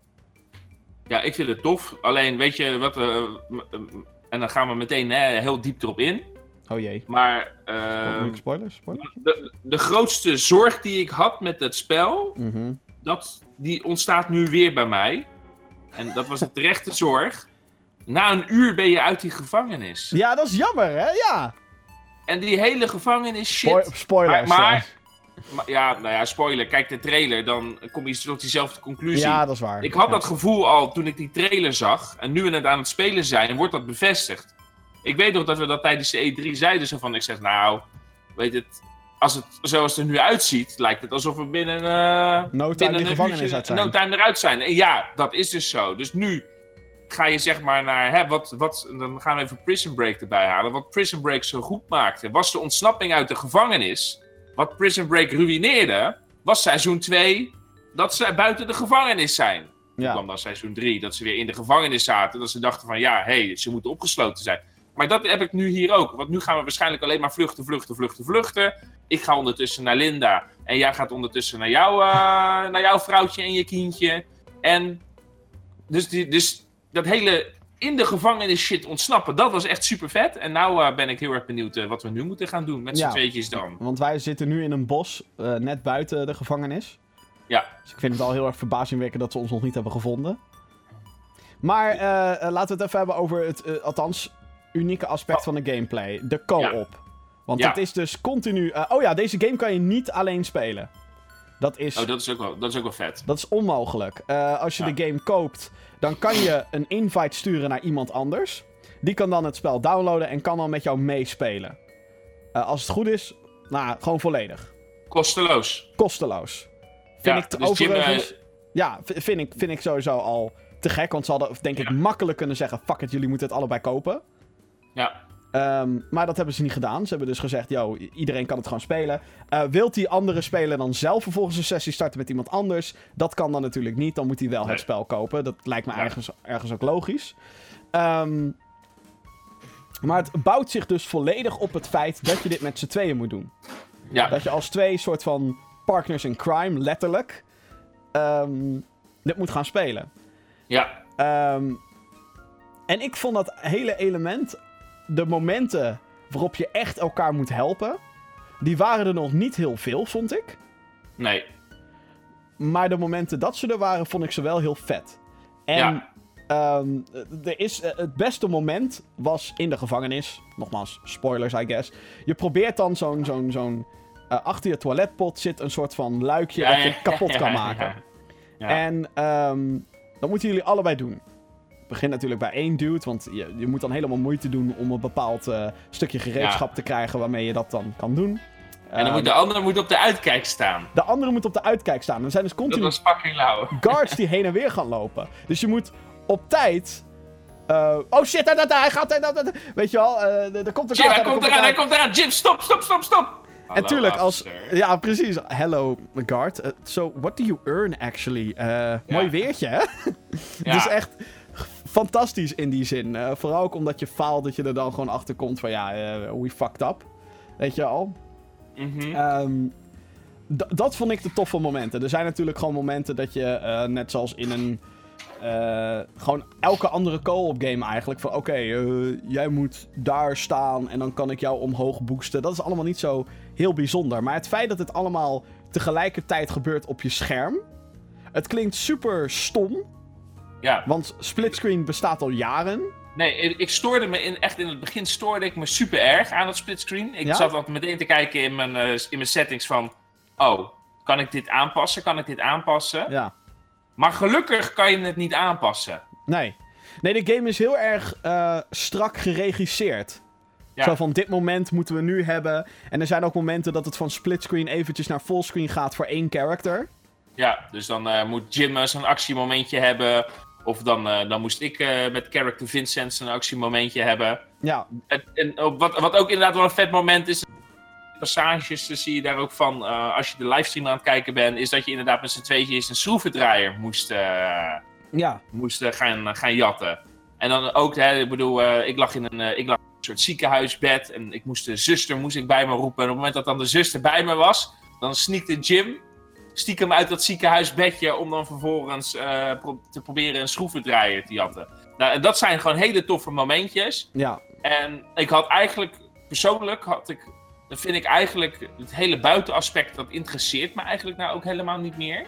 Ja, ik vind het tof. Alleen, weet je wat... Uh, en dan gaan we meteen hè, heel diep erop in. Oh jee. Maar... Uh, spoilers, spoilers? De, de grootste zorg die ik had met het spel... Mm-hmm. Dat, die ontstaat nu weer bij mij. En dat was een terechte zorg. Na een uur ben je uit die gevangenis. Ja, dat is jammer, hè? Ja. En die hele gevangenis shit. Spo- spoilers. Maar, maar, maar, ja, nou ja, spoiler. Kijk de trailer, dan kom je tot diezelfde conclusie. Ja, dat is waar. Ik had ja. dat gevoel al toen ik die trailer zag. En nu we het aan het spelen zijn, wordt dat bevestigd. Ik weet nog dat we dat tijdens de E drie zeiden. Zo van, ik zeg, nou, weet het... Als het zoals het er nu uitziet, lijkt het alsof we binnen, uh, no binnen een gevangenis uit zijn. No time eruit zijn. En ja, dat is dus zo. Dus nu ga je zeg maar naar, hè, wat, wat, dan gaan we even Prison Break erbij halen. Wat Prison Break zo goed maakte, was de ontsnapping uit de gevangenis. Wat Prison Break ruïneerde, was seizoen twee, dat ze buiten de gevangenis zijn. Toen ja. kwam dan seizoen drie, dat ze weer in de gevangenis zaten. Dat ze dachten van, ja, hé, hey, ze moeten opgesloten zijn. Maar dat heb ik nu hier ook. Want nu gaan we waarschijnlijk alleen maar vluchten, vluchten, vluchten, vluchten. Ik ga ondertussen naar Linda. En jij gaat ondertussen naar, jou, uh, naar jouw vrouwtje en je kindje. En dus, die, dus dat hele in de gevangenis shit ontsnappen, dat was echt super vet. En nou uh, ben ik heel erg benieuwd uh, wat we nu moeten gaan doen met z'n ja, tweetjes dan. Want wij zitten nu in een bos, uh, net buiten de gevangenis. Ja. Dus ik vind het al heel erg verbazingwekkend dat ze ons nog niet hebben gevonden. Maar uh, uh, laten we het even hebben over het, uh, althans, unieke aspect oh. van de gameplay. De co-op. Ja. Want ja. het is dus continu... Uh, oh ja, deze game kan je niet alleen spelen. Dat is... Oh, dat is ook wel, dat is ook wel vet. Dat is onmogelijk. Uh, als je ja. de game koopt, dan kan je een invite sturen naar iemand anders. Die kan dan het spel downloaden en kan dan met jou meespelen. Uh, als het goed is, nou, gewoon volledig. Kosteloos. Kosteloos. Vind ja, ik dus overigens... Jim, uh... Ja, vind ik, vind ik sowieso al te gek. Want ze hadden, denk ja. ik, makkelijk kunnen zeggen... Fuck it, jullie moeten het allebei kopen. Ja. Um, maar dat hebben ze niet gedaan. Ze hebben dus gezegd, yo, iedereen kan het gewoon spelen. Uh, wilt die andere speler dan zelf vervolgens een sessie starten met iemand anders? Dat kan dan natuurlijk niet. Dan moet hij wel nee. het spel kopen. Dat lijkt me ja. ergens, ergens ook logisch. Um, maar het bouwt zich dus volledig op het feit dat je dit met z'n tweeën moet doen. Ja. Dat je als twee soort van partners in crime, letterlijk, um, dit moet gaan spelen. Ja. Um, en ik vond dat hele element... De momenten waarop je echt elkaar moet helpen... die waren er nog niet heel veel, vond ik. Nee. Maar de momenten dat ze er waren, vond ik ze wel heel vet. En ja. um, er is, uh, het beste moment was in de gevangenis. Nogmaals, spoilers, I guess. Je probeert dan zo'n... zo'n, zo'n uh, achter je toiletpot zit een soort van luikje... Ja, dat je ja, kapot ja, kan ja, maken. Ja, ja. En um, dat moeten jullie allebei doen. Het begint natuurlijk bij één dude, want je, je moet dan helemaal moeite doen om een bepaald uh, stukje gereedschap ja. te krijgen waarmee je dat dan kan doen. En dan moet de andere moet op de uitkijk staan. De andere moet op de uitkijk staan. Er zijn dus continu dat was fucking lauw. guards die heen en weer gaan lopen. Dus je moet op tijd... Uh, oh shit, daar, daar, daar, hij gaat... Daar, daar, daar. Weet je wel, uh, er komt een Jim, hij komt eraan, hij komt eraan. Jim, stop, stop, stop, stop. En tuurlijk, als... Ja, precies. Hello, guard. Uh, so, what do you earn, actually? Uh, ja. Mooi weertje, hè? Het is echt... fantastisch in die zin. Uh, vooral ook omdat je faalt, dat je er dan gewoon achter komt van ja, uh, we fucked up. Weet je al? Mm-hmm. Um, d- dat vond ik de toffe momenten. Er zijn natuurlijk gewoon momenten dat je, uh, net zoals in een... Uh, gewoon elke andere co-op game eigenlijk. Van oké, okay, uh, jij moet daar staan en dan kan ik jou omhoog boosten. Dat is allemaal niet zo heel bijzonder. Maar het feit dat het allemaal tegelijkertijd gebeurt op je scherm. Het klinkt super stom. Ja. Want splitscreen bestaat al jaren. Nee, ik stoorde me in, echt in het begin stoorde ik me super erg aan dat splitscreen. Ik ja? zat altijd meteen te kijken in mijn, uh, in mijn settings van... Oh, kan ik dit aanpassen? Kan ik dit aanpassen? Ja. Maar gelukkig kan je het niet aanpassen. Nee. Nee, de game is heel erg uh, strak geregisseerd. Ja. Zo van, dit moment moeten we nu hebben. En er zijn ook momenten dat het van splitscreen eventjes naar fullscreen gaat voor één character. Ja, dus dan uh, moet Jim uh, zo'n actiemomentje hebben... Of dan, uh, dan moest ik uh, met character Vincent een actiemomentje hebben. Ja. En, en wat, wat ook inderdaad wel een vet moment is... Passages zie je daar ook van, uh, als je de livestream aan het kijken bent... is dat je inderdaad met z'n tweetjes een schroevendraaier moest, uh, ja. moest uh, gaan, uh, gaan jatten. En dan ook, hè, ik bedoel, uh, ik lag in een, uh, ik lag in een soort ziekenhuisbed... en ik moest de zuster moest ik bij me roepen. En op het moment dat dan de zuster bij me was... dan sneakte Jim... stiekem uit dat ziekenhuisbedje om dan vervolgens uh, pro- te proberen een schroevendraaier te jatten. Nou, en dat zijn gewoon hele toffe momentjes. Ja. En ik had eigenlijk, persoonlijk had ik, dan vind ik eigenlijk het hele buitenaspect, dat interesseert me eigenlijk nou ook helemaal niet meer.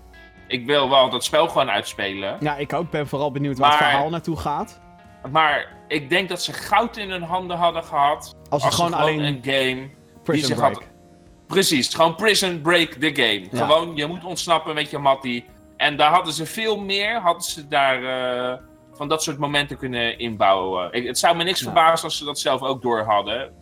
Ik wil wel dat spel gewoon uitspelen. Ja, ik ook ben vooral benieuwd waar maar, het verhaal naartoe gaat. Maar ik denk dat ze goud in hun handen hadden gehad. Als, het als gewoon, gewoon alleen een game die zich had... Precies, gewoon prison break the game. Ja. Gewoon, je moet ontsnappen met je mattie. En daar hadden ze veel meer, hadden ze daar uh, van dat soort momenten kunnen inbouwen. Ik, het zou me niks ja. verbazen als ze dat zelf ook door hadden.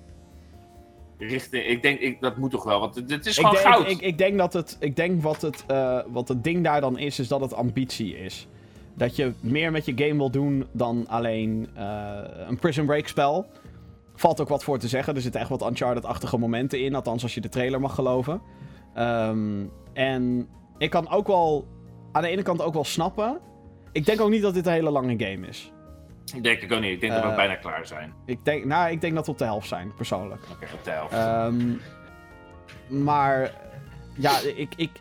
Richting, ik denk, ik, dat moet toch wel, want het, het is gewoon ik denk, goud. Ik, ik, ik denk dat het, ik denk wat het, uh, wat het ding daar dan is, is dat het ambitie is. Dat je meer met je game wil doen dan alleen uh, een prison break spel. Valt ook wat voor te zeggen. Er zitten echt wat Uncharted-achtige momenten in. Althans, als je de trailer mag geloven. Um, en ik kan ook wel... Aan de ene kant ook wel snappen. Ik denk ook niet dat dit een hele lange game is. Ik denk ik ook niet. Ik denk uh, dat we bijna klaar zijn. Ik denk, nou, ik denk dat we op de helft zijn, persoonlijk. Oké, okay, op de helft. Um, maar... Ja, ik, ik, ik...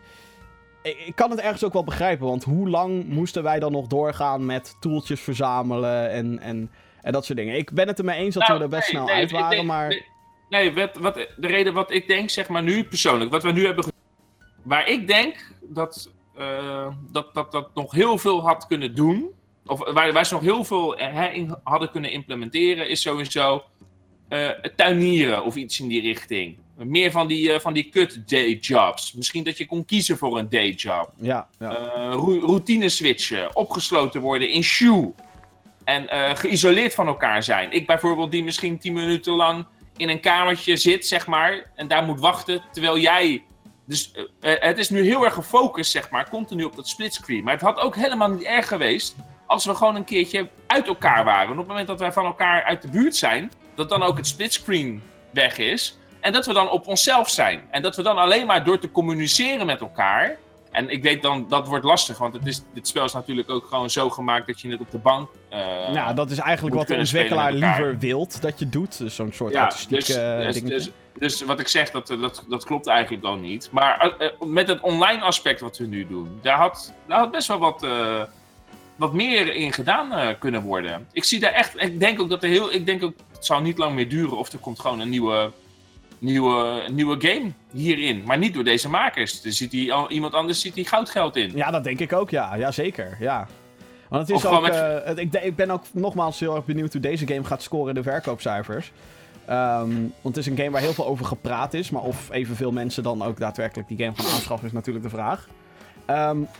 Ik kan het ergens ook wel begrijpen. Want hoe lang moesten wij dan nog doorgaan met tooltjes verzamelen en... en En dat soort dingen. Ik ben het ermee eens dat nou, we er best nee, snel nee, uit waren, nee, maar... Nee, nee wat, wat, de reden wat ik denk, zeg maar nu persoonlijk, wat we nu hebben... Waar ik denk dat uh, dat, dat dat nog heel veel had kunnen doen. Of waar, waar ze nog heel veel uh, in hadden kunnen implementeren, is sowieso uh, tuinieren of iets in die richting. Meer van die, uh, van die kut day jobs. Misschien dat je kon kiezen voor een day job. Ja, ja. Uh, ro- routine switchen, opgesloten worden in shoe. En uh, geïsoleerd van elkaar zijn. Ik bijvoorbeeld die misschien tien minuten lang in een kamertje zit, zeg maar. En daar moet wachten, terwijl jij... Dus uh, het is nu heel erg gefocust, zeg maar, continu op dat splitscreen. Maar het had ook helemaal niet erg geweest als we gewoon een keertje uit elkaar waren. En op het moment dat wij van elkaar uit de buurt zijn, dat dan ook het splitscreen weg is. En dat we dan op onszelf zijn. En dat we dan alleen maar door te communiceren met elkaar... En ik weet dan, dat wordt lastig, want het is, dit spel is natuurlijk ook gewoon zo gemaakt dat je het op de bank... Uh, nou, dat is eigenlijk wat de ontwikkelaar liever wilt dat je doet. Dus zo'n soort ja, artistiek dus, uh, dus, dingetje. dus, dus wat ik zeg, dat, dat, dat klopt eigenlijk dan niet. Maar uh, met het online aspect wat we nu doen, daar had, daar had best wel wat, uh, wat meer in gedaan uh, kunnen worden. Ik zie daar echt, ik denk ook dat er heel, ik denk ook, het zal niet lang meer duren of er komt gewoon een nieuwe... Nieuwe, nieuwe game hierin. Maar niet door deze makers. Er zit hier al, iemand anders ziet hier goudgeld in. Ja, dat denk ik ook, ja. Ja, zeker. Ja. Want het is Of ook... met... Uh, het, ik, ik ben ook nogmaals heel erg benieuwd hoe deze game gaat scoren in de verkoopcijfers. Um, want het is een game waar heel veel over gepraat is. Maar of evenveel mensen dan ook daadwerkelijk die game gaan aanschaffen is natuurlijk de vraag. Um,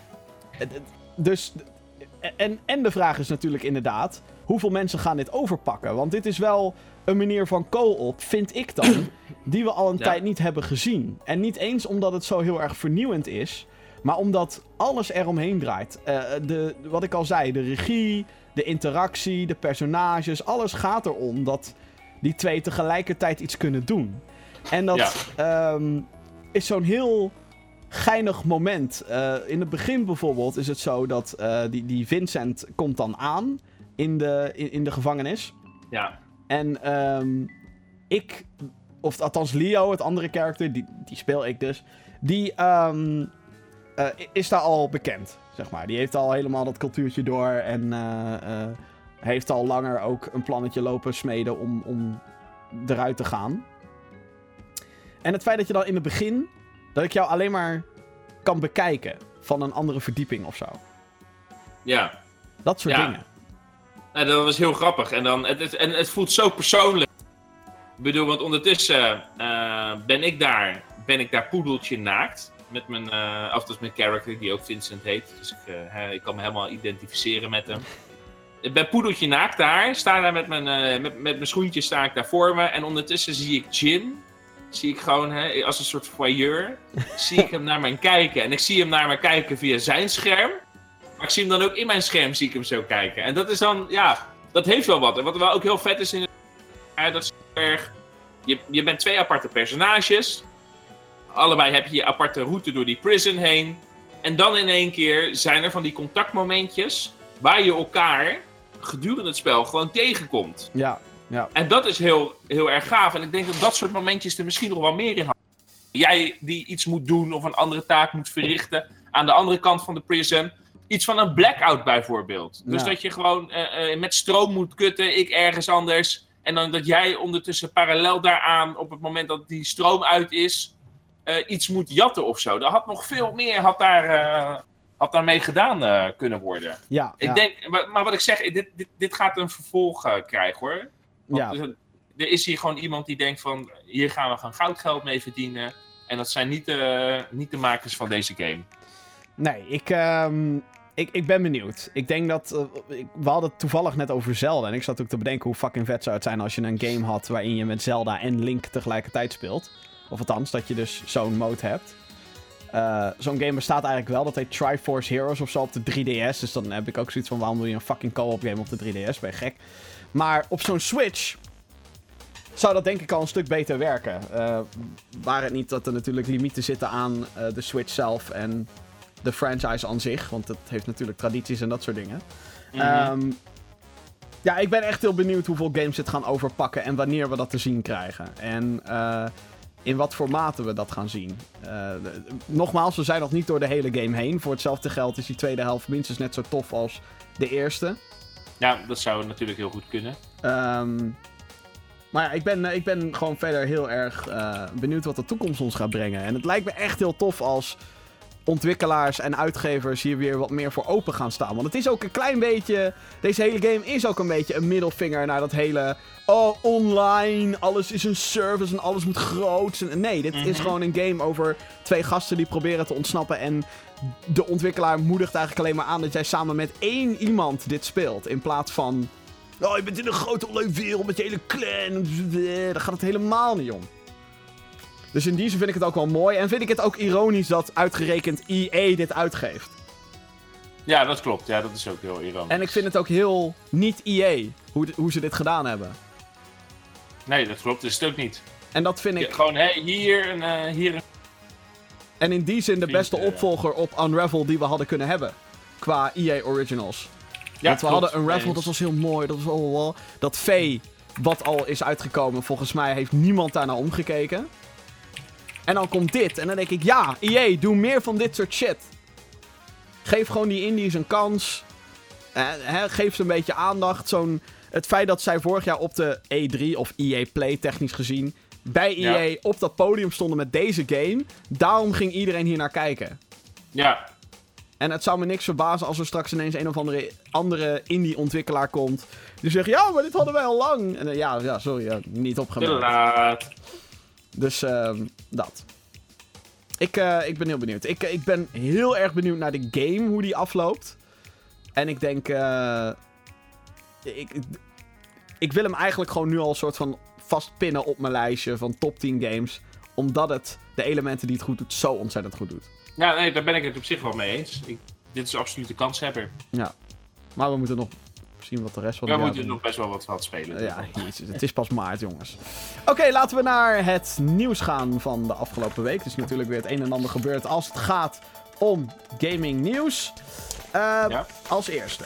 dus... En, en de vraag is natuurlijk inderdaad... Hoeveel mensen gaan dit overpakken? Want dit is wel een manier van co-op, vind ik dan... die we al een ja. tijd niet hebben gezien. En niet eens omdat het zo heel erg vernieuwend is... maar omdat alles eromheen draait. Uh, de, wat ik al zei, de regie, de interactie, de personages... alles gaat erom dat die twee tegelijkertijd iets kunnen doen. En dat ja. um, is zo'n heel... geinig moment. Uh, in het begin bijvoorbeeld is het zo dat uh, die, die Vincent komt dan aan in de, in, in de gevangenis. Ja. En um, ik, of althans Leo, het andere karakter, die, die speel ik dus, die um, uh, is daar al bekend, zeg maar. Die heeft al helemaal dat cultuurtje door en uh, uh, heeft al langer ook een plannetje lopen smeden om, om eruit te gaan. En het feit dat je dan in het begin... dat ik jou alleen maar kan bekijken van een andere verdieping of zo. Ja. Dat soort ja. dingen. Nou, dat was heel grappig. En, dan, het, het, en het voelt zo persoonlijk. Ik bedoel, want ondertussen uh, ben ik daar, ben ik daar poedeltje naakt. Met mijn, uh, of dat is mijn character, die ook Vincent heet. Dus ik, uh, ik kan me helemaal identificeren met hem. Ik ben poedeltje naakt daar. Sta daar met mijn, uh, met, met mijn schoentjes sta ik daar voor me. En ondertussen zie ik Jin... zie ik gewoon, hè, als een soort voyeur, zie ik hem naar mij kijken. En ik zie hem naar mij kijken via zijn scherm. Maar ik zie hem dan ook in mijn scherm, zie ik hem zo kijken. En dat is dan, ja, dat heeft wel wat. En wat wel ook heel vet is in het... Ja, dat is erg... Je, je bent twee aparte personages. Allebei heb je je aparte route door die prison heen. En dan in één keer zijn er van die contactmomentjes... waar je elkaar gedurende het spel gewoon tegenkomt. Ja. Ja. En dat is heel, heel erg gaaf. En ik denk dat dat soort momentjes er misschien nog wel meer in hadden. Jij die iets moet doen of een andere taak moet verrichten aan de andere kant van de prison. Iets van een blackout bijvoorbeeld. Dus ja. dat je gewoon uh, uh, met stroom moet kutten, ik ergens anders. En dan dat jij ondertussen parallel daaraan, op het moment dat die stroom uit is, uh, iets moet jatten of zo. Dat had nog veel meer, had daar... Uh, had daarmee gedaan uh, kunnen worden. Ja, ik ja. denk, maar, maar wat ik zeg, dit, dit, dit gaat een vervolg uh, krijgen hoor. Want ja. er, er is hier gewoon iemand die denkt van... hier gaan we gaan goudgeld mee verdienen. En dat zijn niet de, niet de makers van deze game. Nee, ik, um, ik, ik ben benieuwd. Ik denk dat... Uh, ik, we hadden het toevallig net over Zelda. En ik zat ook te bedenken hoe fucking vet zou het zijn... als je een game had waarin je met Zelda en Link tegelijkertijd speelt. Of althans, dat je dus zo'n mode hebt. Uh, zo'n game bestaat eigenlijk wel. Dat heet Triforce Heroes of zo op de drie D S. Dus dan heb ik ook zoiets van... waarom doe je een fucking co-op game op de drie D S? Ben je gek? Maar op zo'n Switch... zou dat denk ik al een stuk beter werken. Uh, waar het niet dat er natuurlijk limieten zitten aan uh, de Switch zelf... en de franchise aan zich. Want het heeft natuurlijk tradities en dat soort dingen. Mm-hmm. Um, ja, ik ben echt heel benieuwd hoeveel games dit gaan overpakken... en wanneer we dat te zien krijgen. En... Uh, in wat formaten we dat gaan zien. Uh, de, nogmaals, we zijn nog niet door de hele game heen. Voor hetzelfde geld is die tweede helft minstens net zo tof als de eerste. Ja, dat zou natuurlijk heel goed kunnen. Um, maar ja, ik ben, ik ben gewoon verder heel erg uh, benieuwd wat de toekomst ons gaat brengen. En het lijkt me echt heel tof als ontwikkelaars en uitgevers hier weer wat meer voor open gaan staan. Want het is ook een klein beetje... Deze hele game is ook een beetje een middelvinger naar dat hele... Oh, online, alles is een service en alles moet groot. Nee, dit Mm-hmm. is gewoon een game over twee gasten die proberen te ontsnappen. En de ontwikkelaar moedigt eigenlijk alleen maar aan dat jij samen met één iemand dit speelt. In plaats van... Oh, je bent in een grote online wereld met je hele clan. Daar gaat het helemaal niet om. Dus in die zin vind ik het ook wel mooi. En vind ik het ook ironisch dat uitgerekend E A dit uitgeeft. Ja, dat klopt. Ja, dat is ook heel ironisch. En ik vind het ook heel niet E A hoe, d- hoe ze dit gedaan hebben. Nee, dat klopt. Dat is het ook niet. En dat vind ik... Ja, gewoon, hé, hier een... uh, hier een... En in die zin de Vind, beste uh, opvolger op Unravel die we hadden kunnen hebben. Qua E A Originals. Ja, Want we klopt. hadden Unravel, Eens. dat was heel mooi. Dat was oh, oh. Dat V, wat al is uitgekomen, volgens mij heeft niemand daar naar omgekeken. En dan komt dit. En dan denk ik, ja, E A, doe meer van dit soort shit. Geef gewoon die indies een kans. Eh, hè, geef ze een beetje aandacht. Zo'n, het feit dat zij vorig jaar op de E drie, of E A Play technisch gezien, bij E A Ja. op dat podium stonden met deze game. Daarom ging iedereen hier naar kijken. Ja, En het zou me niks verbazen als er straks ineens een of andere, andere indie-ontwikkelaar komt. Die zegt, ja, maar dit hadden wij al lang. En dan, ja, ja, sorry, ja, niet te opgemerkt. laat. Dus, ehm dat. Ik, eh, ik ben heel benieuwd. Ik, ik ben heel erg benieuwd naar de game, hoe die afloopt. En ik denk, eh ik, ik wil hem eigenlijk gewoon nu al een soort van vastpinnen op mijn lijstje van top tien games. Omdat het de elementen die het goed doet, zo ontzettend goed doet. Ja, nee, daar ben ik het op zich wel mee eens. Ik, dit is absoluut de kanshebber. Ja. Maar we moeten nog zien wat de rest van We de moeten jaar nog best wel wat van spelen. Uh, ja, jezus, het is pas maart, jongens. Oké, laten we naar het nieuws gaan van de afgelopen week. Er is natuurlijk weer het een en ander gebeurd als het gaat om gaming nieuws. Uh, Ja. Als eerste.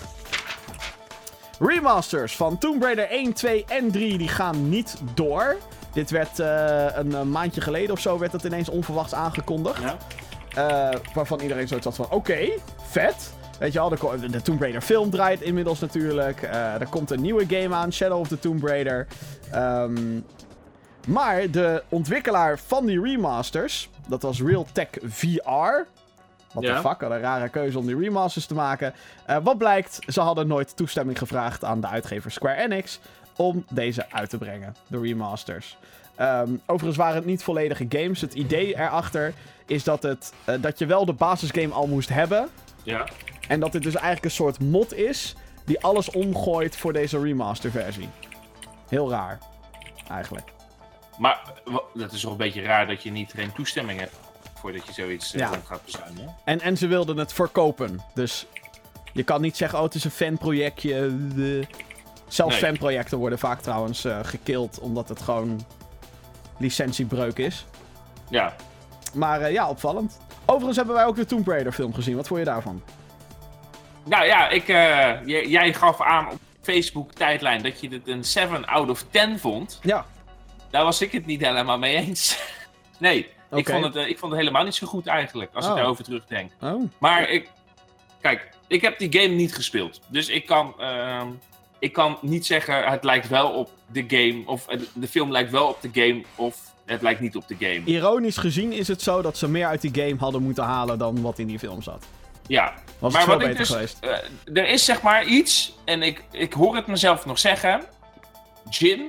Remasters van Tomb Raider één, twee en drie die gaan niet door. Dit werd uh, een, een maandje geleden of zo werd het ineens onverwachts aangekondigd. Ja? Uh, waarvan iedereen zoiets had van, oké, okay, vet. Weet je wel, de, ko- de Tomb Raider film draait inmiddels natuurlijk. Uh, er komt een nieuwe game aan, Shadow of the Tomb Raider. Um, maar de ontwikkelaar van die remasters, dat was Realtek V R. What Ja. the fuck, wat een rare keuze om die remasters te maken. Uh, wat blijkt, ze hadden nooit toestemming gevraagd aan de uitgever Square Enix om deze uit te brengen, de remasters. Um, overigens waren het niet volledige games. Het idee erachter is dat, het, uh, dat je wel de basisgame al moest hebben. Ja. En dat dit dus eigenlijk een soort mod is die alles omgooit voor deze remasterversie. Heel raar, eigenlijk. Maar wa- dat is toch een beetje raar dat je niet geen toestemming hebt voordat je zoiets eh, Ja. gaat bestaan, hè? En, en ze wilden het verkopen. Dus je kan niet zeggen, oh, het is een fanprojectje. eh. Zelfs Nee. fanprojecten worden vaak trouwens uh, gekild omdat het gewoon licentiebreuk is. Ja. Maar uh, ja, opvallend. Overigens hebben wij ook de Tomb Raider film gezien. Wat vond je daarvan? Nou ja, ik, uh, j- jij gaf aan op Facebook-tijdlijn dat je dit een zeven out of tien vond. Ja. Daar was ik het niet helemaal mee eens. nee, ik, Oké. vond het, uh, ik vond het helemaal niet zo goed eigenlijk, als Oh. ik daarover terugdenk. Oh. Maar ik... Kijk, ik heb die game niet gespeeld. Dus ik kan... Uh, ik kan niet zeggen, het lijkt wel op de game, of uh, de film lijkt wel op de game, of het lijkt niet op de game. Ironisch gezien is het zo dat ze meer uit die game hadden moeten halen dan wat in die film zat. Ja, Was maar het veel wat ik beter dus, geweest. uh, er is zeg maar iets, en ik, ik hoor het mezelf nog zeggen. Jin,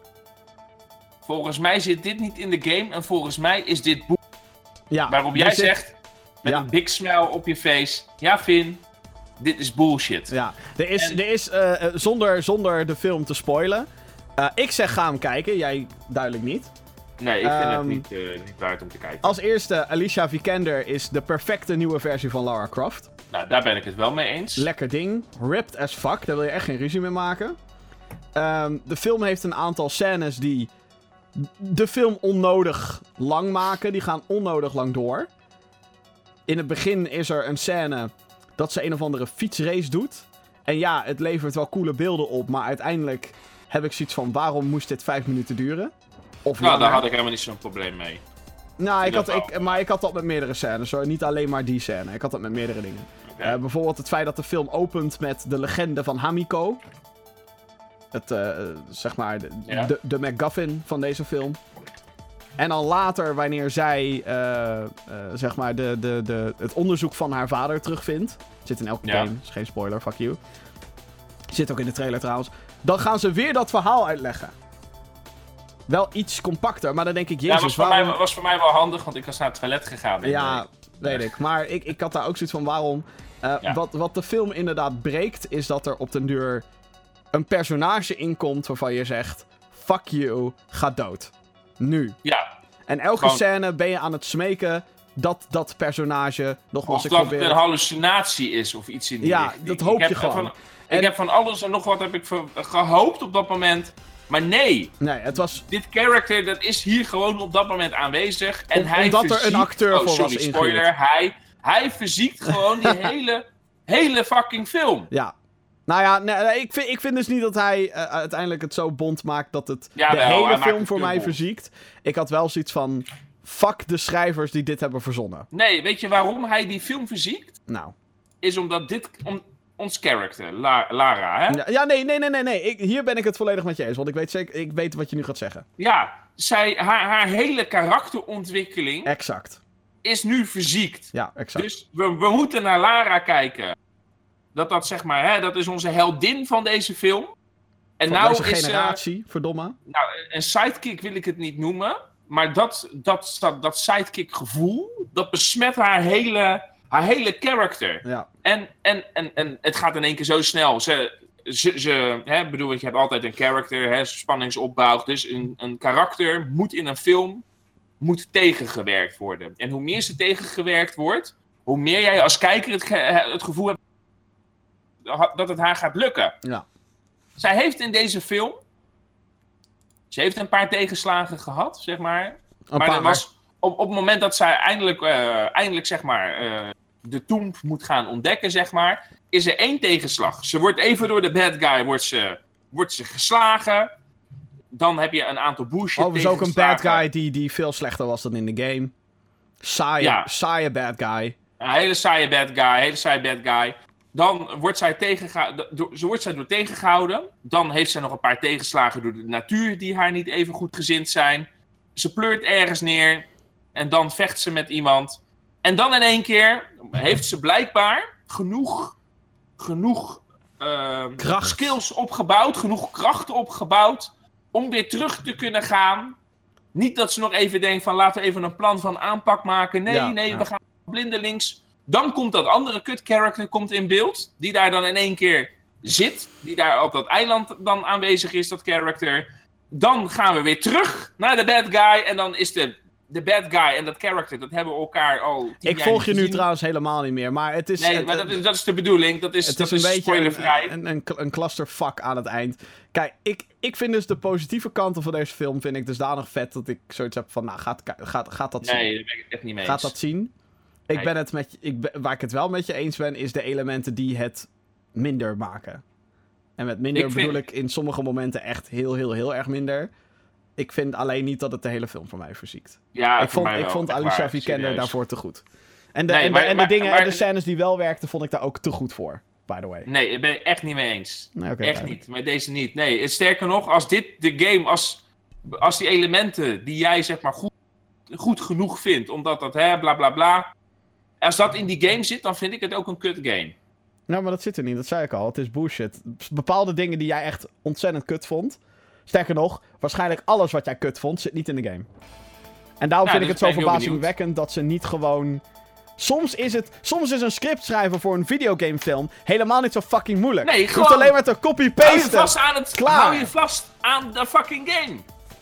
volgens mij zit dit niet in de game, en volgens mij is dit boek. Ja, Waarop er jij zit- zegt, met Ja. een big smile op je face, ja Finn, dit is bullshit. Ja, er is, En- er is uh, uh, zonder, zonder de film te spoilen. Uh, ik zeg ga hem kijken, jij duidelijk niet. Nee, ik vind Ehm, het niet, uh, niet waard om te kijken. Als eerste, Alicia Vikander is de perfecte nieuwe versie van Lara Croft. Nou, daar ben ik het wel mee eens. Lekker ding. Ripped as fuck, daar wil je echt geen ruzie mee maken. Um, de film heeft een aantal scènes die de film onnodig lang maken. Die gaan onnodig lang door. In het begin is er een scène dat ze een of andere fietsrace doet. En ja, het levert wel coole beelden op, maar uiteindelijk heb ik zoiets van, waarom moest dit vijf minuten duren? Of Nou, langer? daar had ik helemaal niet zo'n probleem mee. Nou, ik dat had, ik, wel. maar ik had dat met meerdere scènes hoor. Niet alleen maar die scène. Ik had dat met meerdere dingen. Oké. Eh, bijvoorbeeld het feit dat de film opent met de legende van Hamiko. Het, eh, zeg maar, de, Ja. de, de MacGuffin van deze film. En dan later, wanneer zij uh, uh, zeg maar de, de, de, het onderzoek van haar vader terugvindt. Zit in elke Ja. game, is geen spoiler, fuck you. Zit ook in de trailer trouwens. Dan gaan ze weer dat verhaal uitleggen. Wel iets compacter, maar dan denk ik, Ja, jezus, was voor, waarom... mij, was voor mij wel handig, want ik was naar het toilet gegaan. En, Ja, eh, weet ik. Maar ik, ik had daar ook zoiets van, waarom... Uh, Ja. wat, wat de film inderdaad breekt, is dat er op den duur een personage inkomt waarvan je zegt... Fuck you, ga dood. Nu. ja. En elke Gewoon- scène ben je aan het smeken dat dat personage... Nogmaals, Of ik dat het probeer... een hallucinatie is of iets in die Ja, richting. dat hoop ik je heb gewoon. Van, En- Ik heb van alles en nog wat heb ik ver- gehoopt op dat moment. Maar nee, Nee, het was... dit character dat is hier gewoon op dat moment aanwezig. En Om- hij omdat er een verziekt- acteur oh, voor sorry, was spoiler. ingehuurd. Hij, hij verziekt gewoon die hele, hele fucking film. Ja. Nou ja, nee, nee, ik, vind, ik vind dus niet dat hij uh, uiteindelijk het zo bond maakt dat het Jawel, de hij hele maakt film het voor te mij bond. verziekt. Ik had wel zoiets van... Fuck de schrijvers die dit hebben verzonnen. Nee, weet je waarom hij die film verziekt? Nou. Is omdat dit... Om, ons character, La- Lara, hè? Ja, ja, nee, nee, nee, nee. nee. Ik, hier ben ik het volledig met je eens. Want ik weet zeker, ik weet wat je nu gaat zeggen. Ja, zij, haar, haar hele karakterontwikkeling Exact. is nu verziekt. Ja, exact. Dus we, we moeten naar Lara kijken. Dat dat zeg maar, hè, dat is onze heldin van deze film. En Van nou deze is, eh, generatie, verdomme. nou, een sidekick wil ik het niet noemen. Maar dat, dat, dat, dat sidekick gevoel, dat besmet haar hele, haar hele character. Ja. En, en, en, en het gaat in één keer zo snel. Ze, ze, ze hè, bedoel, je hebt altijd een character, hè, spanningsopbouw. Dus een, een karakter moet in een film moet tegengewerkt worden. En hoe meer ze tegengewerkt wordt, hoe meer jij als kijker het, ge- het gevoel hebt dat het haar gaat lukken. Ja. Zij heeft in deze film, ze heeft een paar tegenslagen gehad, zeg maar. Een maar paar. er was, op, op het moment dat zij eindelijk, uh, eindelijk zeg maar, uh, de tomb moet gaan ontdekken, zeg maar, is er één tegenslag. Ze wordt even door de bad guy wordt ze, wordt ze geslagen. Dan heb je een aantal bullshit Oh, was ook een bad tegenslagen. guy die, die veel slechter was dan in de game. Saaie, Ja. saaie bad guy. Een hele saaie bad guy, hele saaie bad guy. Dan wordt zij, tegengehouden, zo wordt zij door tegengehouden. Dan heeft zij nog een paar tegenslagen door de natuur die haar niet even goed gezind zijn. Ze pleurt ergens neer. En dan vecht ze met iemand. En dan in één keer heeft ze blijkbaar genoeg, genoeg uh, Kracht. skills opgebouwd. Genoeg kracht opgebouwd. Om weer terug te kunnen gaan. Niet dat ze nog even denkt van laten we even een plan van aanpak maken. Nee, Ja, nee, ja. we gaan blindelings. Dan komt dat andere kut character komt in beeld. Die daar dan in één keer zit. Die daar op dat eiland dan aanwezig is, dat character. Dan gaan we weer terug naar de bad guy. En dan is de, de bad guy en dat character, dat hebben we elkaar al tien Ik jaar volg niet je nu gezien. trouwens helemaal niet meer. Maar het is... Nee, het, maar dat is, dat is de bedoeling. Dat is, Het dat is een beetje spoilervrij. een, een, een, een clusterfuck aan het eind. Kijk, ik, ik vind dus de positieve kanten van deze film vind ik dusdanig vet dat ik zoiets heb van, nou, gaat, gaat, gaat dat zien. Nee, daar ben ik het echt niet mee eens. Gaat dat zien? Ik Nee. ben het met je, ik ben, waar ik het wel met je eens ben, is de elementen die het minder maken. En met minder Ik vind- bedoel ik in sommige momenten echt heel, heel, heel erg minder. Ik vind alleen niet dat het de hele film voor mij verziekt. Ja, ik voor vond, mij ik wel, vond echt Alicia waar, Vikander serieus. daarvoor te goed. En de, Nee, en de, maar- en de maar- dingen maar- en de scènes die wel werkten, vond ik daar ook te goed voor. By the way. Nee, ik ben het echt niet mee eens. Nee, oké, echt duidelijk. niet. Met deze niet. Nee, het- sterker nog, als dit de game, als, als die elementen die jij zeg maar goed, goed genoeg vindt, omdat dat hè, bla bla bla. Als dat in die game zit, dan vind ik het ook een kut game. Nou, maar dat zit er niet. Dat zei ik al. Het is bullshit. Bepaalde dingen die jij echt ontzettend kut vond. Sterker nog, waarschijnlijk alles wat jij kut vond, zit niet in de game. En daarom Ja, vind ik dus het zo ben ik heel verbazingwekkend dat ze niet gewoon... Soms is het... Soms is een script schrijven voor een videogamefilm helemaal niet zo fucking moeilijk. Nee, Je hoeft gewoon- alleen maar te Hou je copy-pasten. vast aan het. Klaar. Hou je vast aan de fucking game.